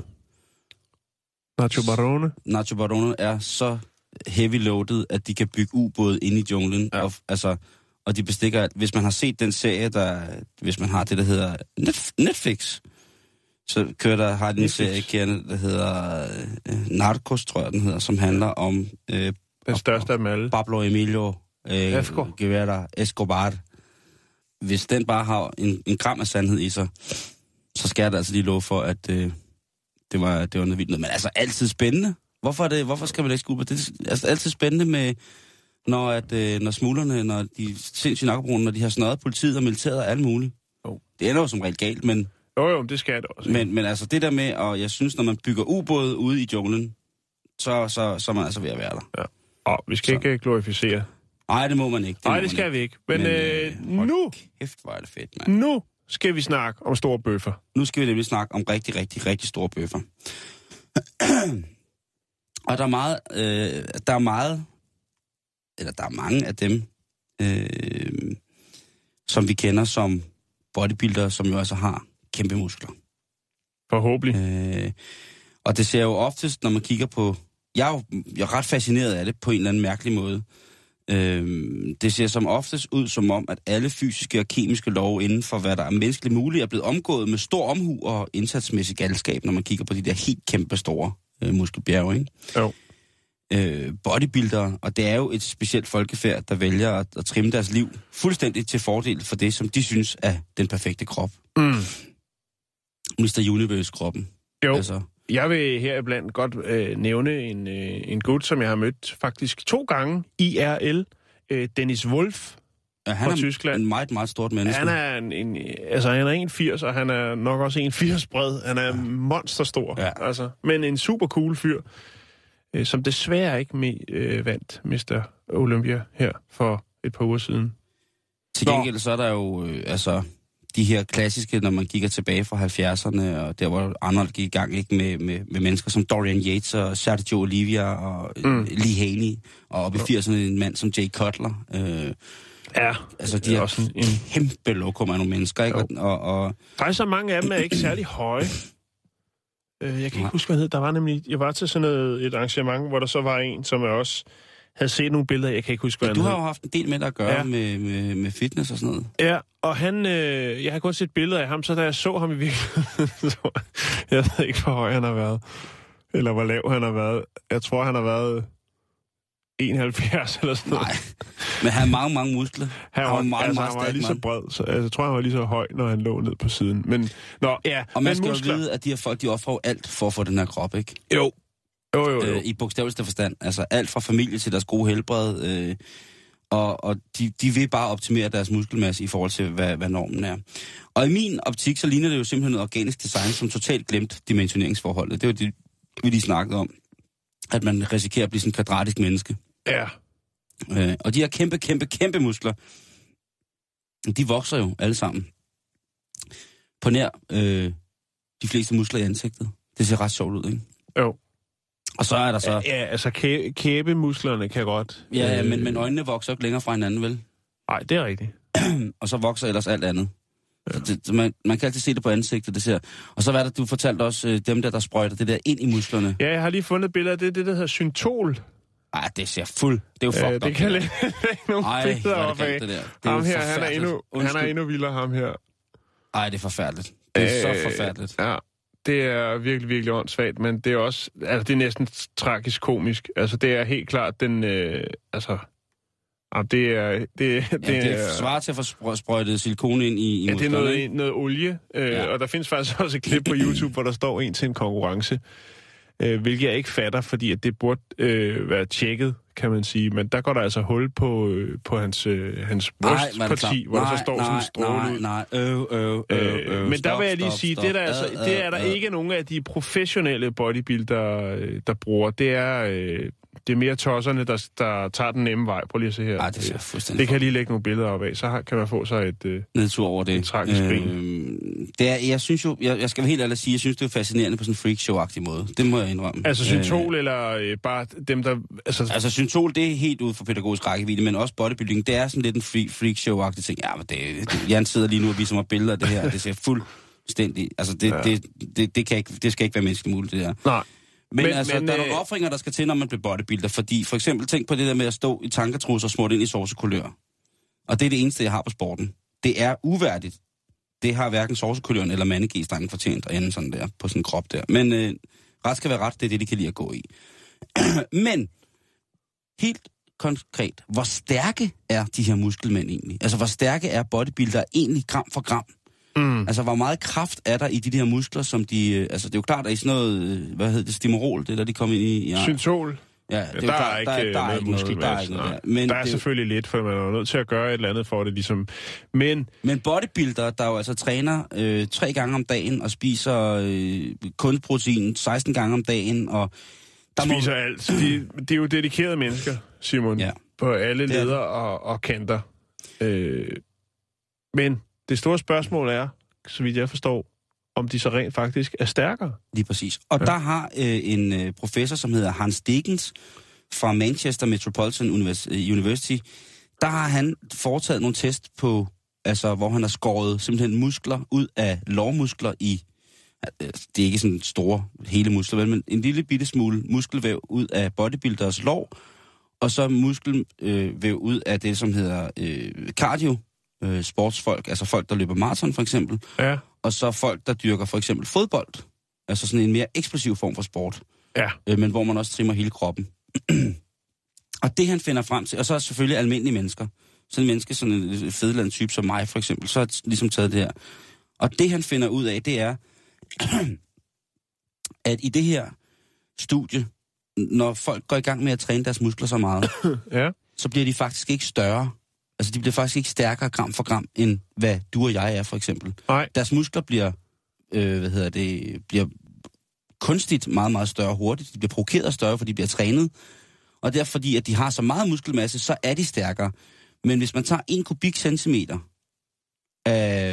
Nacho Barone er så heavy loaded, at de kan bygge ubåde ind i junglen. Ja. Og de bestikker... Hvis man har set den serie, hvis man har det, der hedder Netflix... Så har den en serie, der hedder Narcos, tror jeg, den hedder, som handler om... den største af dem alle. Pablo Emilio Guevara Escobar. Hvis den bare har en gram af sandhed i sig, så skal jeg da altså lige love for, at det var noget vildt. Men altså, altid spændende. Hvorfor skal man ikke skubbe? Det er altså altid spændende med, når smuglerne, når de sindssyge narkobrugerne, når de har snøret politiet og militæret og alt muligt. Oh. Det ender jo som regel galt, men... Jo, det skal det også. Men altså det der med, og jeg synes, når man bygger ubåde ude i junglen, så er man altså ved at være der. Ja. Og vi skal ikke glorificere. Nej, det må man ikke. Nej, det skal vi ikke. Men nu... Kæft, hvor er det fedt, mand. Nu skal vi snakke om store bøffer. Nu skal vi nemlig snakke om rigtig store bøffer. Og der er mange af dem, som vi kender som bodybuildere, som jo altså har kæmpe muskler. Forhåbentlig. Og det ser jo oftest, når man kigger på... Jeg er ret fascineret af det på en eller anden mærkelig måde. Det ser som oftest ud som om, at alle fysiske og kemiske love inden for, hvad der er menneskeligt muligt, er blevet omgået med stor omhu og indsatsmæssig galskab, når man kigger på de der helt kæmpe store muskelbjerge, ikke? Jo. Bodybuildere, og det er jo et specielt folkefærd, der vælger at trimme deres liv fuldstændig til fordel for det, som de synes er den perfekte krop. Mr. Universe-kroppen. Jo, altså. Jeg vil heriblandt godt nævne en gut, som jeg har mødt faktisk 2 gange, IRL, Dennis Wolf fra Tyskland. Han er en meget, meget stort menneske. Han er han er 1,80, og han er nok også 1,80 bred. Han er monsterstor, altså. Men en super cool fyr, som desværre ikke vandt Mr. Olympia her for et par uger siden. Til gengæld så er der jo de her klassiske, når man kigger tilbage fra 70'erne, og der hvor Arnold gik i gang ikke med mennesker som Dorian Yates og Sergio Oliva og Lee Haney, og op i 80'erne en mand som Jay Cutler. Altså de er også en kæmpe lokum af nogle mennesker, ikke? Og faktisk så mange af dem er ikke særlig høje. Jeg kan ikke huske, hvad det hed. Der var nemlig... Jeg var til sådan et arrangement, hvor der så var en, som jeg også havde set nogle billeder. Jeg kan ikke huske, hvad han hed. Du har jo haft en del med at gøre med fitness og sådan noget. Ja, og han... jeg har kun set billeder af ham, så da jeg så ham i virkeligheden... jeg ved ikke, hvor høj han har været. Eller hvor lav han har været. Jeg tror, han har været 71 eller sådan noget. Nej, men han har mange muskler. Han var lige så bred. Så, jeg tror, han var lige så høj, når han lå ned på siden. Men, og man skal jo vide, at de her folk, de offrer alt for at få den her krop, ikke? Jo. I bogstaveligste forstand. Altså alt fra familie til deres gode helbred. Og de vil bare optimere deres muskelmasse i forhold til, hvad normen er. Og i min optik, så ligner det jo simpelthen noget organisk design, som totalt glemt dimensioneringsforholdet. Det var det, vi lige snakkede om. At man risikerer at blive sådan en kvadratisk menneske. Ja. Og de her kæmpe muskler, de vokser jo alle sammen på nær de fleste muskler i ansigtet. Det ser ret sjovt ud, ikke? Jo. Og så er der så... Ja, altså kæbemusklerne kan godt... Ja, men øjnene vokser ikke længere fra hinanden, vel? Nej, det er rigtigt. Og så vokser ellers alt andet. Ja. Så man kan altid se det på ansigtet, det ser. Og så var der, du fortalte også dem der sprøjter det der ind i musklerne. Ja, jeg har lige fundet et billede af det der hedder Syntol. Ej, det ser det er jo fucked up. Det kan lægge nogle billeder op af. Ham her, han er endnu vildere, ham her. Ej, det er forfærdeligt. Det er så forfærdeligt. Ja, det er virkelig, virkelig åndssvagt, men det er også, altså det er næsten tragisk komisk. Altså det er helt klart den, det er svaret til at få sprøjtet silikon ind i musklerne. Det er noget olie, og der findes faktisk også et klip på YouTube, hvor der står en til en konkurrence, hvilket jeg ikke fatter, fordi at det burde være tjekket, kan man sige. Men der går der altså hul på hans brystparti, hvor der så står sådan en stråle ud. Men der vil jeg lige sige, det er der ikke nogen af de professionelle bodybuildere, der bruger. Det er mere tosserne, der tager den nemme vej. Prøv lige at se her. Ej, det ser fuldstændig. Det kan jeg lige lægge nogle billeder op af. Så kan man få sig et nedtur over det. En tragisk grin. Jeg synes jo, jeg skal være helt ærlig sige, jeg synes, det er fascinerende på sådan en freakshow-agtig måde. Det må jeg indrømme. Altså Syntol eller bare dem, der... Altså Syntol, det er helt ude for pædagogisk rækkevidde, men også bodybuilding, det er sådan lidt en freakshow-agtig ting. Ja, men Jan sidder lige nu og viser mig billeder af det her, det ser fuldstændig... Altså, det skal ikke være menneskeligt muligt, det der. Nej. Men der er nogle offringer, der skal til, når man bliver bodybuilder. Fordi for eksempel, tænk på det der med at stå i tankertrus og smurt ind i saucekulør. Og det er det eneste, jeg har på sporten. Det er uværdigt. Det har hverken saucekuløren eller mandegestangen fortjent at ende sådan der på sådan en krop der. Men ret skal være ret, det er det, de kan lide at gå i. Men helt konkret, hvor stærke er de her muskelmænd egentlig? Altså, hvor stærke er bodybuildere egentlig gram for gram? Altså, hvor meget kraft er der i de her muskler, som de... Altså, det er jo klart, at i sådan noget... Hvad hedder det? Stimorol, det der, de kommer ind i... Ja. Syntol? Ja, der er ikke noget muskelmasse. Men der er selvfølgelig lidt, for man er nødt til at gøre et eller andet for det, ligesom. Men bodybuildere, der jo altså træner 3 gange om dagen og spiser kun protein 16 gange om dagen, og... Spiser alt. De er jo dedikerede mennesker, Simon. Ja. På alle leder og kanter. Men... Det store spørgsmål er, så vidt jeg forstår, om de så rent faktisk er stærkere. Lige præcis. Og der har en professor, som hedder Hans Degens fra Manchester Metropolitan University, der har han foretaget nogle test på, altså hvor han har skåret simpelthen muskler ud af lårmuskler i, det er ikke sådan store hele muskler, men en lille bitte smule muskelvæv ud af bodybuilders lår, og så muskelvæv ud af det, som hedder cardio, sportsfolk, altså folk, der løber maraton for eksempel, og så folk, der dyrker for eksempel fodbold, altså sådan en mere eksplosiv form for sport, men hvor man også trimmer hele kroppen. Og det han finder frem til, og så er selvfølgelig almindelige mennesker, sådan en menneske, sådan en fedeland type som mig for eksempel, så har ligesom taget det her. Og det han finder ud af, det er, at i det her studie, når folk går i gang med at træne deres muskler så meget, så bliver de faktisk ikke større. Altså, de bliver faktisk ikke stærkere gram for gram, end hvad du og jeg er, for eksempel. Nej. Deres muskler bliver, bliver kunstigt meget, meget større hurtigt. De bliver provokeret større, fordi de bliver trænet. Og det er fordi, at de har så meget muskelmasse, så er de stærkere. Men hvis man tager 1 kubikcentimeter af,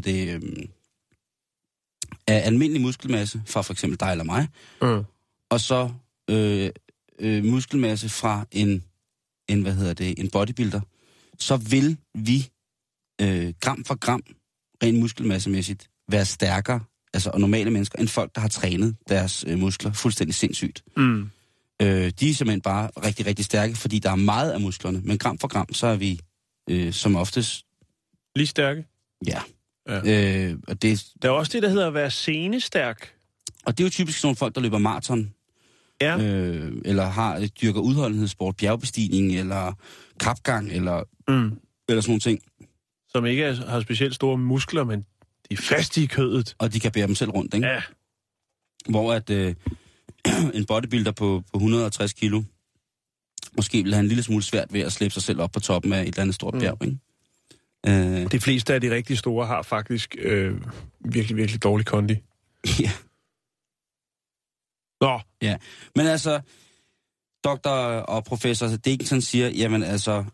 af almindelig muskelmasse fra for eksempel dig eller mig, og så muskelmasse fra en bodybuilder, så vil vi gram for gram, rent muskelmassemæssigt, være stærkere, altså og normale mennesker, end folk, der har trænet deres muskler fuldstændig sindssygt. De er simpelthen bare rigtig, rigtig stærke, fordi der er meget af musklerne, men gram for gram, så er vi som oftest... Lige stærke? Ja. Og det, der er også det, der hedder at være senestærk. Og det er jo typisk sådan folk, der løber maraton. Ja. Eller dyrker udholdenhedssport, bjergbestigning, eller kapgang, eller sådan nogle ting. Som ikke har specielt store muskler, men de er faste i kødet. Og de kan bære dem selv rundt, ikke? Ja. Hvor at en bodybuilder på 160 kilo, måske vil have en lille smule svært ved at slæbe sig selv op på toppen af et eller andet stort bjerg, ikke? De fleste af de rigtig store har faktisk virkelig, virkelig dårlig kondi. Ja. Nå. Ja, men altså, doktor og professor Dickinson siger, jamen altså,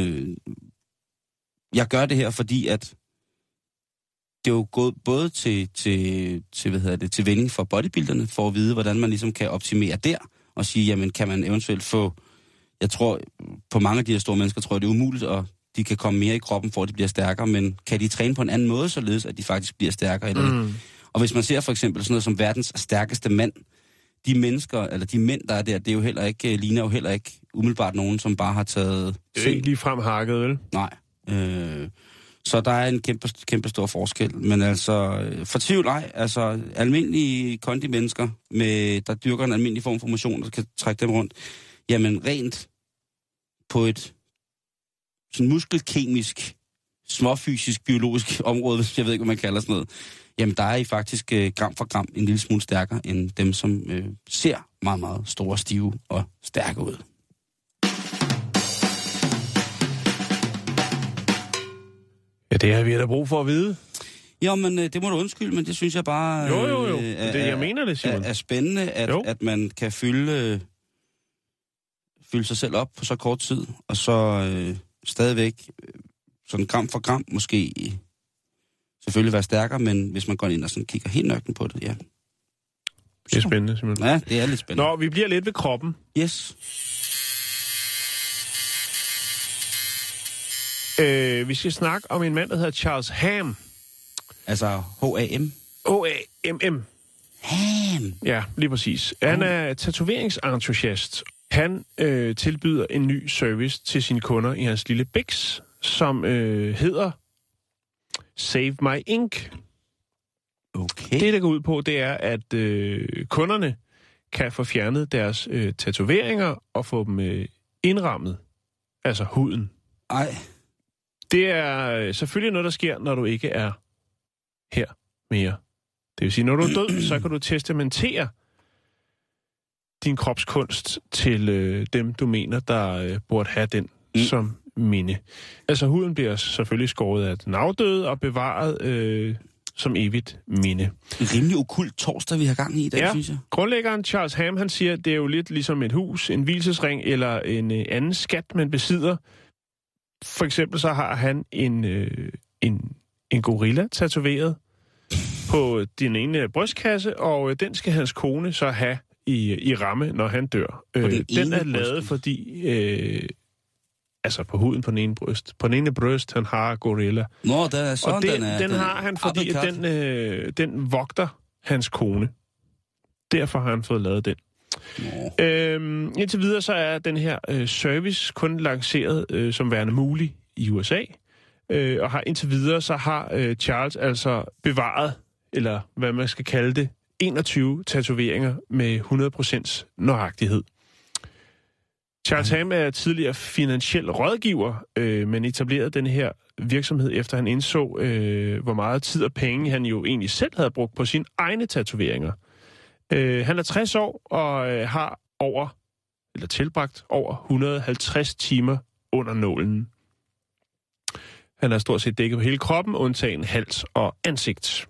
jeg gør det her, fordi at det er jo gået både til vending for bodybuilderne, for at vide, hvordan man ligesom kan optimere der, og sige, jamen kan man eventuelt få, jeg tror, på mange af de her store mennesker, tror jeg, det er umuligt, og de kan komme mere i kroppen, for at de bliver stærkere, men kan de træne på en anden måde, således at de faktisk bliver stærkere? Og hvis man ser for eksempel sådan noget som verdens stærkeste mand, de mennesker, eller de mænd, der er der, det er jo heller ikke, ligner jo heller ikke umiddelbart nogen, som bare har taget... Det er ikke lige frem hakket, vel? Nej. Så der er en kæmpe stor forskel. Men altså, fortvivl ej, altså almindelige kondimennesker, der dyrker en almindelig form for motion, der kan trække dem rundt, jamen rent på et sådan muskelkemisk, småfysisk, biologisk område, jeg ved ikke, hvad man kalder sådan noget, jamen der er I faktisk gram for gram en lille smule stærkere end dem, som ser meget, meget store, stive og stærke ud. Ja, det har vi da brug for at vide. Jo, men det må du undskylde, men det synes jeg bare... Jo. Jeg mener det, Simon. Er spændende, at man kan fylde sig selv op på så kort tid, og så stadigvæk sådan gram for gram måske selvfølgelig være stærkere, men hvis man går ind og sådan kigger helt nøgten på det, ja. Det er spændende, Simon. Ja, det er lidt spændende. Nå, vi bliver lidt ved kroppen. Yes. Vi skal snakke om en mand, der hedder Charles Ham. Altså H-A-M? H-A-M-M. Ham. Ja, lige præcis. Han er tatoveringsentusiast. Han tilbyder en ny service til sine kunder i hans lille biks, som hedder Save My Ink. Okay. Det, der går ud på, det er, at kunderne kan få fjernet deres tatoveringer og få dem indrammet. Altså huden. Ej. Det er selvfølgelig noget, der sker, når du ikke er her mere. Det vil sige, når du er død, så kan du testamentere din kropskunst til dem, du mener, der burde have den som minde. Altså huden bliver selvfølgelig skåret af den afdøde og bevaret som evigt minde. En rimelig okult torsdag, vi har gang i dag, synes jeg. Grundlæggeren Charles Ham, han siger, at det er jo lidt ligesom et hus, en vielsesring eller en anden skat, man besidder. For eksempel så har han en gorilla tatoveret på din ene brystkasse, og den skal hans kone så have i ramme, når han dør. Den er lavet, fordi... altså på huden på den ene bryst. På den ene bryst, han har gorilla. Nå, der er sådan, og den har han, fordi den vogter hans kone. Derfor har han fået lavet den. Indtil videre så er den her service kun lanceret som værende mulig i USA. Og har indtil videre så har Charles altså bevaret, eller hvad man skal kalde det, 21 tatoveringer med 100% nøjagtighed. Charles Ham er tidligere finansiel rådgiver, men etablerede den her virksomhed, efter han indså, hvor meget tid og penge han jo egentlig selv havde brugt på sine egne tatoveringer. Han er 60 år og har tilbragt over 150 timer under nålen. Han er stort set dækket på hele kroppen, undtagen hals og ansigt.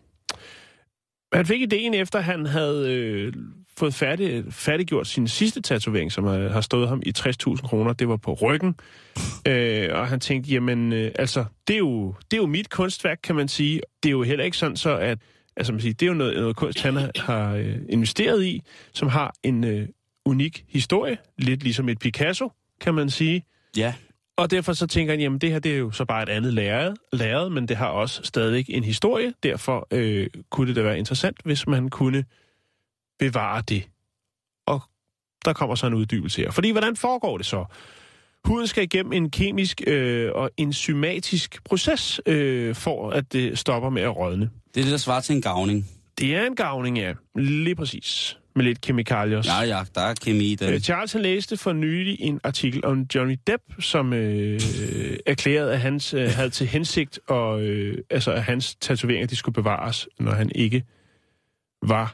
Han fik ideen efter, han havde fået færdiggjort sin sidste tatovering, som har stået ham i 60.000 kroner. Det var på ryggen. Og han tænkte, jamen, altså, det er jo mit kunstværk, kan man sige. Det er jo heller ikke sådan så, at altså, man siger, det er jo noget kunst, han har investeret i, som har en unik historie. Lidt ligesom et Picasso, kan man sige. Ja. Og derfor så tænker han, jamen det her, det er jo så bare et andet lærred, men det har også stadig en historie. Derfor kunne det da være interessant, hvis man kunne bevare det. Og der kommer så en uddybelse her. Fordi hvordan foregår det så? Huden skal igennem en kemisk og enzymatisk proces, for at det stopper med at rådne. Det er det, der svarer til en garvning. Det er en garvning, ja. Lige præcis. Med lidt kemikalier. Ja, der er kemi i den. Charles han læste for nylig en artikel om Johnny Depp, som erklærede, at han havde til hensigt, at hans tatoveringer de skulle bevares, når han ikke var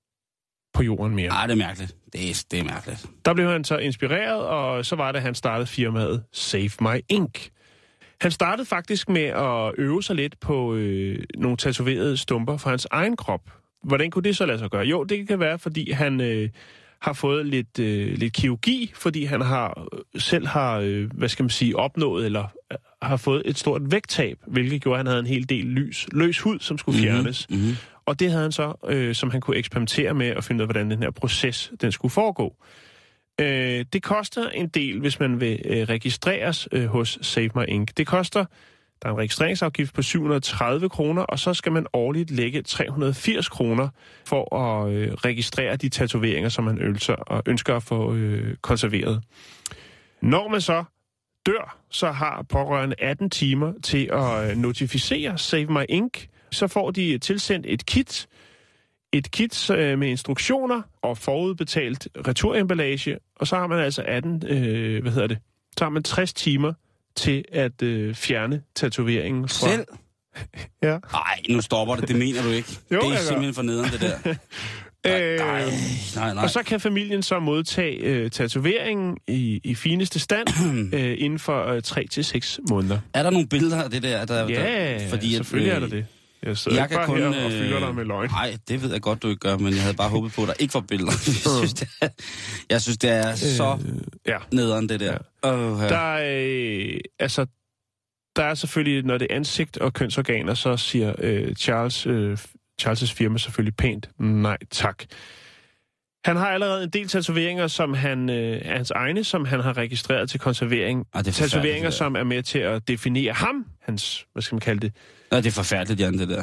på jorden mere. Det er mærkeligt. Det er mærkeligt. Der blev han så inspireret, og så var det, at han startede firmaet Save My Ink. Han startede faktisk med at øve sig lidt på nogle tatoverede stumper fra hans egen krop. Hvordan kunne det så lade sig gøre? Jo, det kan være, fordi han har fået lidt kirurgi, fordi han selv har opnået eller har fået et stort vægttab, hvilket gjorde, at han havde en hel del løs hud, som skulle fjernes. Mm-hmm. Og det havde han så, som han kunne eksperimentere med at finde ud af, hvordan den her proces den skulle foregå. Det koster en del, hvis man vil registreres hos Save My Ink. Der er en registreringsafgift på 730 kroner, og så skal man årligt lægge 380 kroner for at registrere de tatoveringer, som man ønsker at få konserveret. Når man så dør, så har pårørende 18 timer til at notificere Save My Ink. Så får de tilsendt et kit med instruktioner og forudbetalt returemballage, og så har man altså så har man 60 timer til at fjerne tatoveringen fra... Selv? Ja. Nej, nu stopper det. Det mener du ikke. Jo, det er simpelthen for nederen, det der. Nej. Og så kan familien så modtage tatoveringen i fineste stand inden for 3 til 6 måneder. Er der nogle billeder af det der? Ja, fordi selvfølgelig er der det. Jeg sidder ikke bare her og fylder dig med løgn. Nej, det ved jeg godt, du ikke gør, men jeg havde bare håbet på, at der ikke var billeder. Jeg synes, det er så nederen, det der. Ja. Der er selvfølgelig, når det er ansigt og kønsorganer, så siger Charles' firma selvfølgelig pænt nej tak. Han har allerede en del tatoveringer, som hans egne, som han har registreret til konservering. Tatoveringer, som er med til at definere ham, hans, hvad skal man kalde det? Nej, det er forfærdeligt, Jan, det der.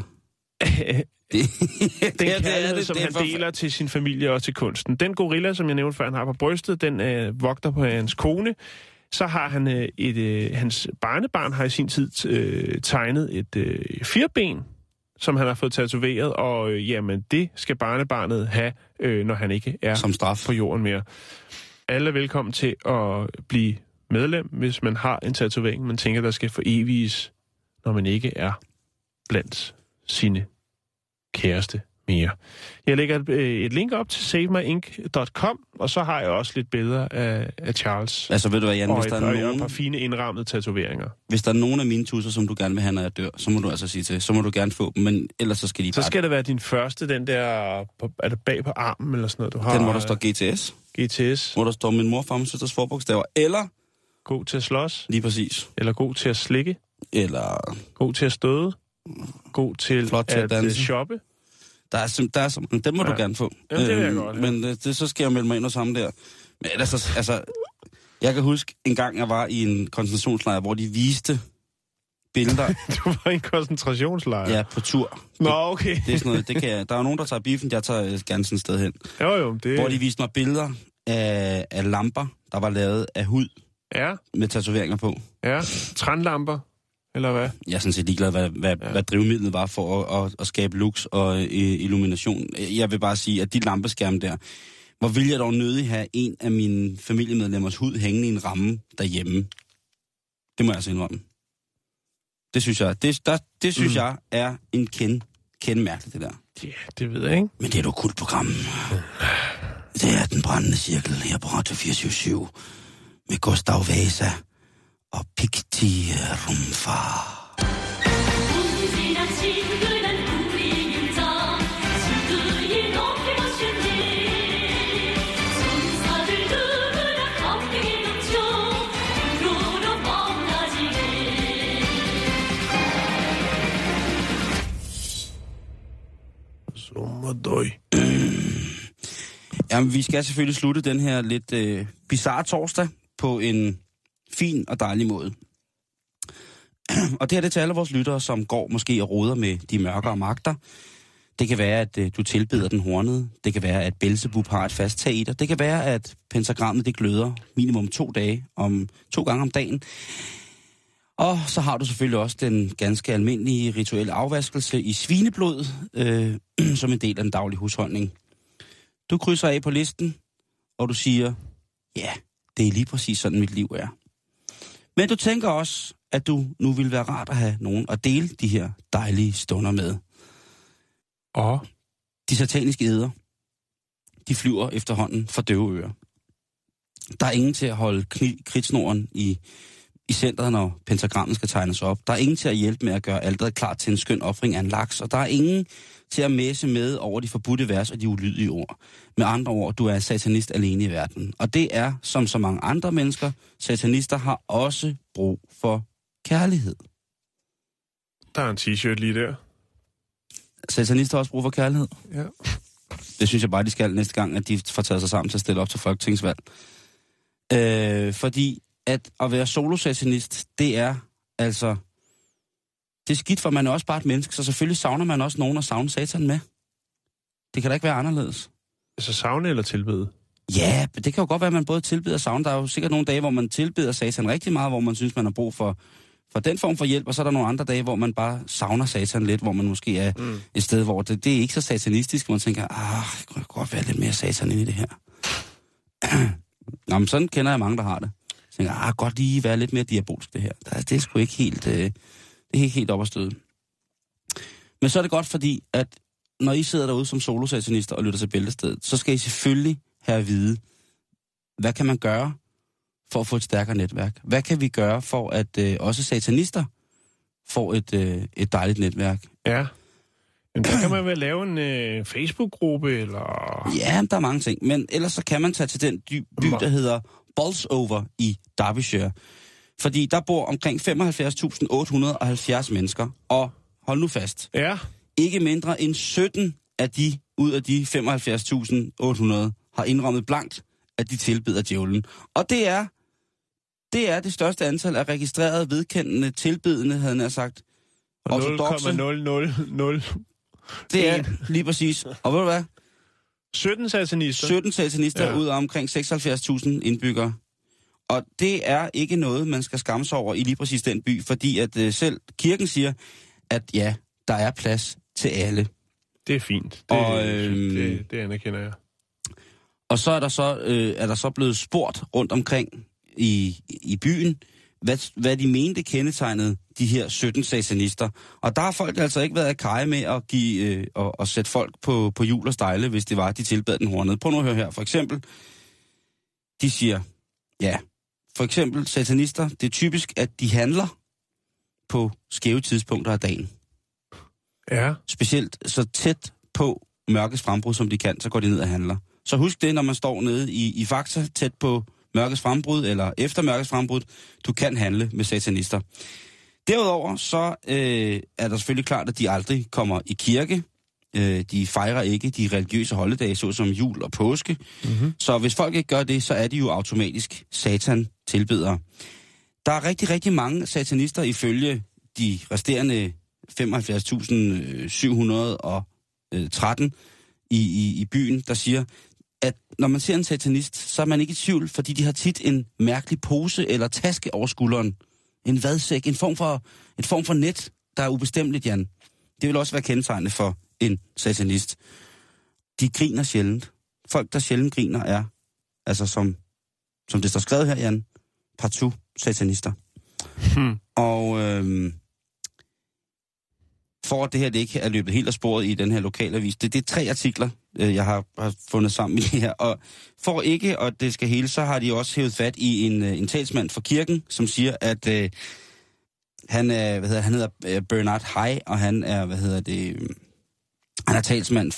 Den kærlighed, som han deler til sin familie og til kunsten. Den gorilla, som jeg nævnte før, han har på brystet, den vogter på hans kone. Så har han hans barnebarn har i sin tid tegnet et firben, som han har fået tatoveret, og jamen, det skal barnebarnet have, når han ikke er som straf på jorden mere. Alle er velkommen til at blive medlem, hvis man har en tatovering, man tænker, der skal foreviges, når man ikke er blandt sine kæreste mere. Jeg lægger et link op til savemyink.com, og så har jeg også lidt billeder af Charles. Altså ved du hvad, Jan, og et par fine indrammede tatoveringer. Hvis der er nogen af mine tusser, som du gerne vil have, når jeg dør, så må du altså sige til. Så må du gerne få dem, men ellers så skal de bare... Så skal det være din første, den der... Er det bag på armen eller sådan noget, du har? Den, hvor der står GTS. GTS. Hvor der står min mor, far, min søsters forbogstaver. Eller... God til at slås. Lige præcis. Eller god til at slikke. Eller... God til at støde. God til at shoppe. Der er så mange. Dem må du gerne få. Ja, det vil jeg godt. Ja. Men så skal jeg melde mig ind og sammen der. Men ellers, altså... Jeg kan huske en gang, jeg var i en koncentrationslejr, hvor de viste billeder. Du var i en koncentrationslejr? Ja, på tur. Nå, okay. Det er sådan noget, det kan jeg. Der er jo nogen, der tager biffen, jeg tager gerne sådan et sted hen. Jo, det... Hvor de viste mig billeder af lamper, der var lavet af hud. Ja. Med tatoveringer på. Ja, trænlamper, eller hvad? Jeg er sådan set ligeglad, hvad drivmidlet var for at skabe lux og illumination. Jeg vil bare sige, at de lampeskærme der, hvor vil jeg dog nødig have en af mine familiemedlemmers hud hængende i en ramme derhjemme. Det må jeg altså indrømme. Det synes jeg, det synes jeg er en kendemærke, det der. Ja, det ved jeg ikke. Men det er et okkult program. Det er Den Brændende Cirkel her på Radio 24/7 med Gustav Vasa og Picti Rumfar. Jamen, vi skal selvfølgelig slutte den her lidt bizarre torsdag på en fin og dejlig måde. Og det er det til alle vores lyttere, som går måske og roder med de mørkere magter. Det kan være, at du tilbeder den hornede. Det kan være, at Belzebub har et fast tag i dig. Det kan være, at pentagrammet det gløder minimum 2 gange om dagen. Og så har du selvfølgelig også den ganske almindelige rituelle afvaskelse i svineblod, som en del af den daglige husholdning. Du krydser af på listen, og du siger, ja, det er lige præcis sådan, mit liv er. Men du tænker også, at du nu vil være rart at have nogen at dele de her dejlige stunder med. Og de sataniske eder, de flyver efterhånden fra døve ører. Der er ingen til at holde kridtsnoren i i centret, når pentagrammet skal tegnes op. Der er ingen til at hjælpe med at gøre alteret klar til en skøn ofring af en laks, og der er ingen til at mæse med over de forbudte vers og de ulydige ord. Med andre ord, du er satanist alene i verden. Og det er, som så mange andre mennesker, satanister har også brug for kærlighed. Der er en t-shirt lige der. Satanister har også brug for kærlighed? Ja. Det synes jeg bare, de skal næste gang, at de får taget sig sammen til at stille op til folketingsvalg. Fordi at være solosatanist, det er altså... Det er skidt, for man er også bare et menneske, så selvfølgelig savner man også nogen at savne satan med. Det kan da ikke være anderledes. Altså savne eller tilbede? Ja, det kan jo godt være, at man både tilbeder og savner. Der er jo sikkert nogle dage, hvor man tilbeder satan rigtig meget, hvor man synes, man har brug for den form for hjælp, og så er der nogle andre dage, hvor man bare savner satan lidt, hvor man måske er et sted, hvor det er ikke så satanistisk, hvor man tænker, det kunne godt være lidt mere satan inde i det her. Nå, men sådan kender jeg mange, der har det. Jeg tænker, godt lige være lidt mere diabolsk det her. Det er sgu ikke helt... Det er helt op at støde. Men så er det godt, fordi at når I sidder derude som solosatanister og lytter til Bæltestedet, så skal I selvfølgelig have at vide, hvad kan man gøre for at få et stærkere netværk? Hvad kan vi gøre for, at også satanister får et dejligt netværk? Ja. Men der kan man vel lave en Facebook-gruppe, eller... Ja, der er mange ting. Men ellers så kan man tage til den by, der hedder Bolsover i Derbyshire. Fordi der bor omkring 75.870 mennesker, og hold nu fast. Ja. Ikke mindre end 17 af de, ud af de 75.800, har indrømmet blankt, at de tilbeder djævlen. Og det er det største antal af registrerede, vedkendende, tilbedende, havde han sagt. 0,000. Det er lige præcis. Og ved du hvad? 17 satanister. 17 satanister ud af omkring 76.000 indbyggere. Og det er ikke noget, man skal skamme sig over i lige præcis den by, fordi at selv kirken siger, at ja, der er plads til alle. Det er fint. Det anerkender jeg. Og så er der så blevet spurgt rundt omkring i byen, hvad de mente kendetegnede de her 17 satanister. Og der har folk altså ikke været at kaje med at give og sætte folk på hjul og stejle, hvis det var, de tilbad den hornede. Prøv nu at høre her. For eksempel, de siger, ja, for eksempel satanister, det er typisk, at de handler på skæve tidspunkter af dagen. Ja. Specielt så tæt på mørkets frembrud, som de kan, så går de ned og handler. Så husk det, når man står nede i Fakta, tæt på mørkets frembrud, eller efter mørkets frembrud, du kan handle med satanister. Derudover så er der selvfølgelig klart, at de aldrig kommer i kirke. De fejrer ikke de religiøse holddage, såsom jul og påske. Mm-hmm. Så hvis folk ikke gør det, så er de jo automatisk satan-tilbedere. Der er rigtig, rigtig mange satanister ifølge de resterende 75.713 i byen, der siger, at når man ser en satanist, så er man ikke i tvivl, fordi de har tit en mærkelig pose eller taske over skulderen. En vadsæk, en form for net, der er ubestemmeligt, Jan. Det vil også være kendetegnende for en satanist. De griner sjældent. Folk, der sjældent griner, er, altså som det står skrevet her, Jan, partout satanister. Og for at det her det ikke er løbet helt af sporet i den her lokalavis, det er 3 artikler, jeg har fundet sammen i det her. Og for ikke, at det skal hele, så har de også hævet fat i en talsmand for kirken, som siger, at han hedder Bernard High, og han er, han er talsmand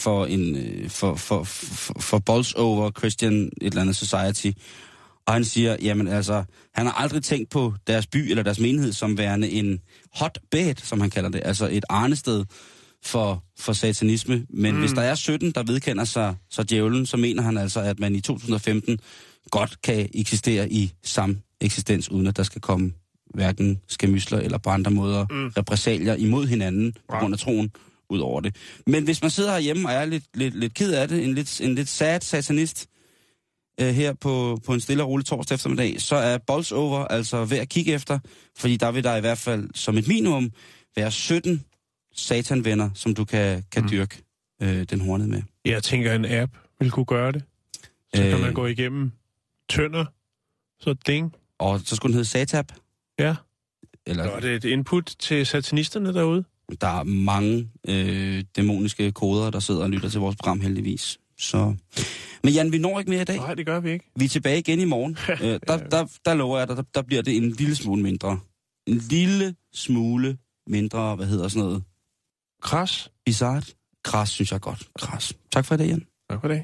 for Bolsover Christian et eller andet Society. Og han siger, jamen altså, han har aldrig tænkt på deres by eller deres menighed som værende en hotbed, som han kalder det. Altså et arnested for satanisme. Men hvis der er 17, der vedkender sig så djævlen, så mener han altså, at man i 2015 godt kan eksistere i samme eksistens, uden at der skal komme hverken skærmysler eller på andre måder repressalier imod hinanden på grund af troen ud over det. Men hvis man sidder herhjemme og er lidt ked af det, en lidt sad satanist, her på en stille og rolig torsdag eftermiddag, så er Bolsover altså værd at kigge efter, fordi der vil der i hvert fald som et minimum være 17 satanvenner, som du kan dyrke den hornede med. Jeg tænker, en app vil kunne gøre det. Så kan man gå igennem tønder, så ding. Og så skulle den hedde Satap. Ja. Eller er det et input til satanisterne derude? Der er mange dæmoniske koder, der sidder og lytter til vores program heldigvis. Så... Men Jan, vi når ikke mere i dag. Nej, det gør vi ikke. Vi er tilbage igen i morgen. Der lover jeg dig, der bliver det en lille smule mindre. En lille smule mindre, hvad hedder sådan noget? Kras. Bizarrt. Kras, synes jeg godt. Kras. Tak for i dag, Jan. Tak for det.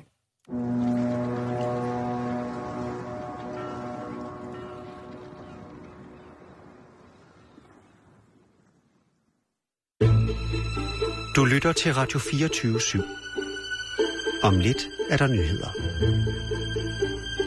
Du lytter til Radio 24/7. Om lidt er der nyheder.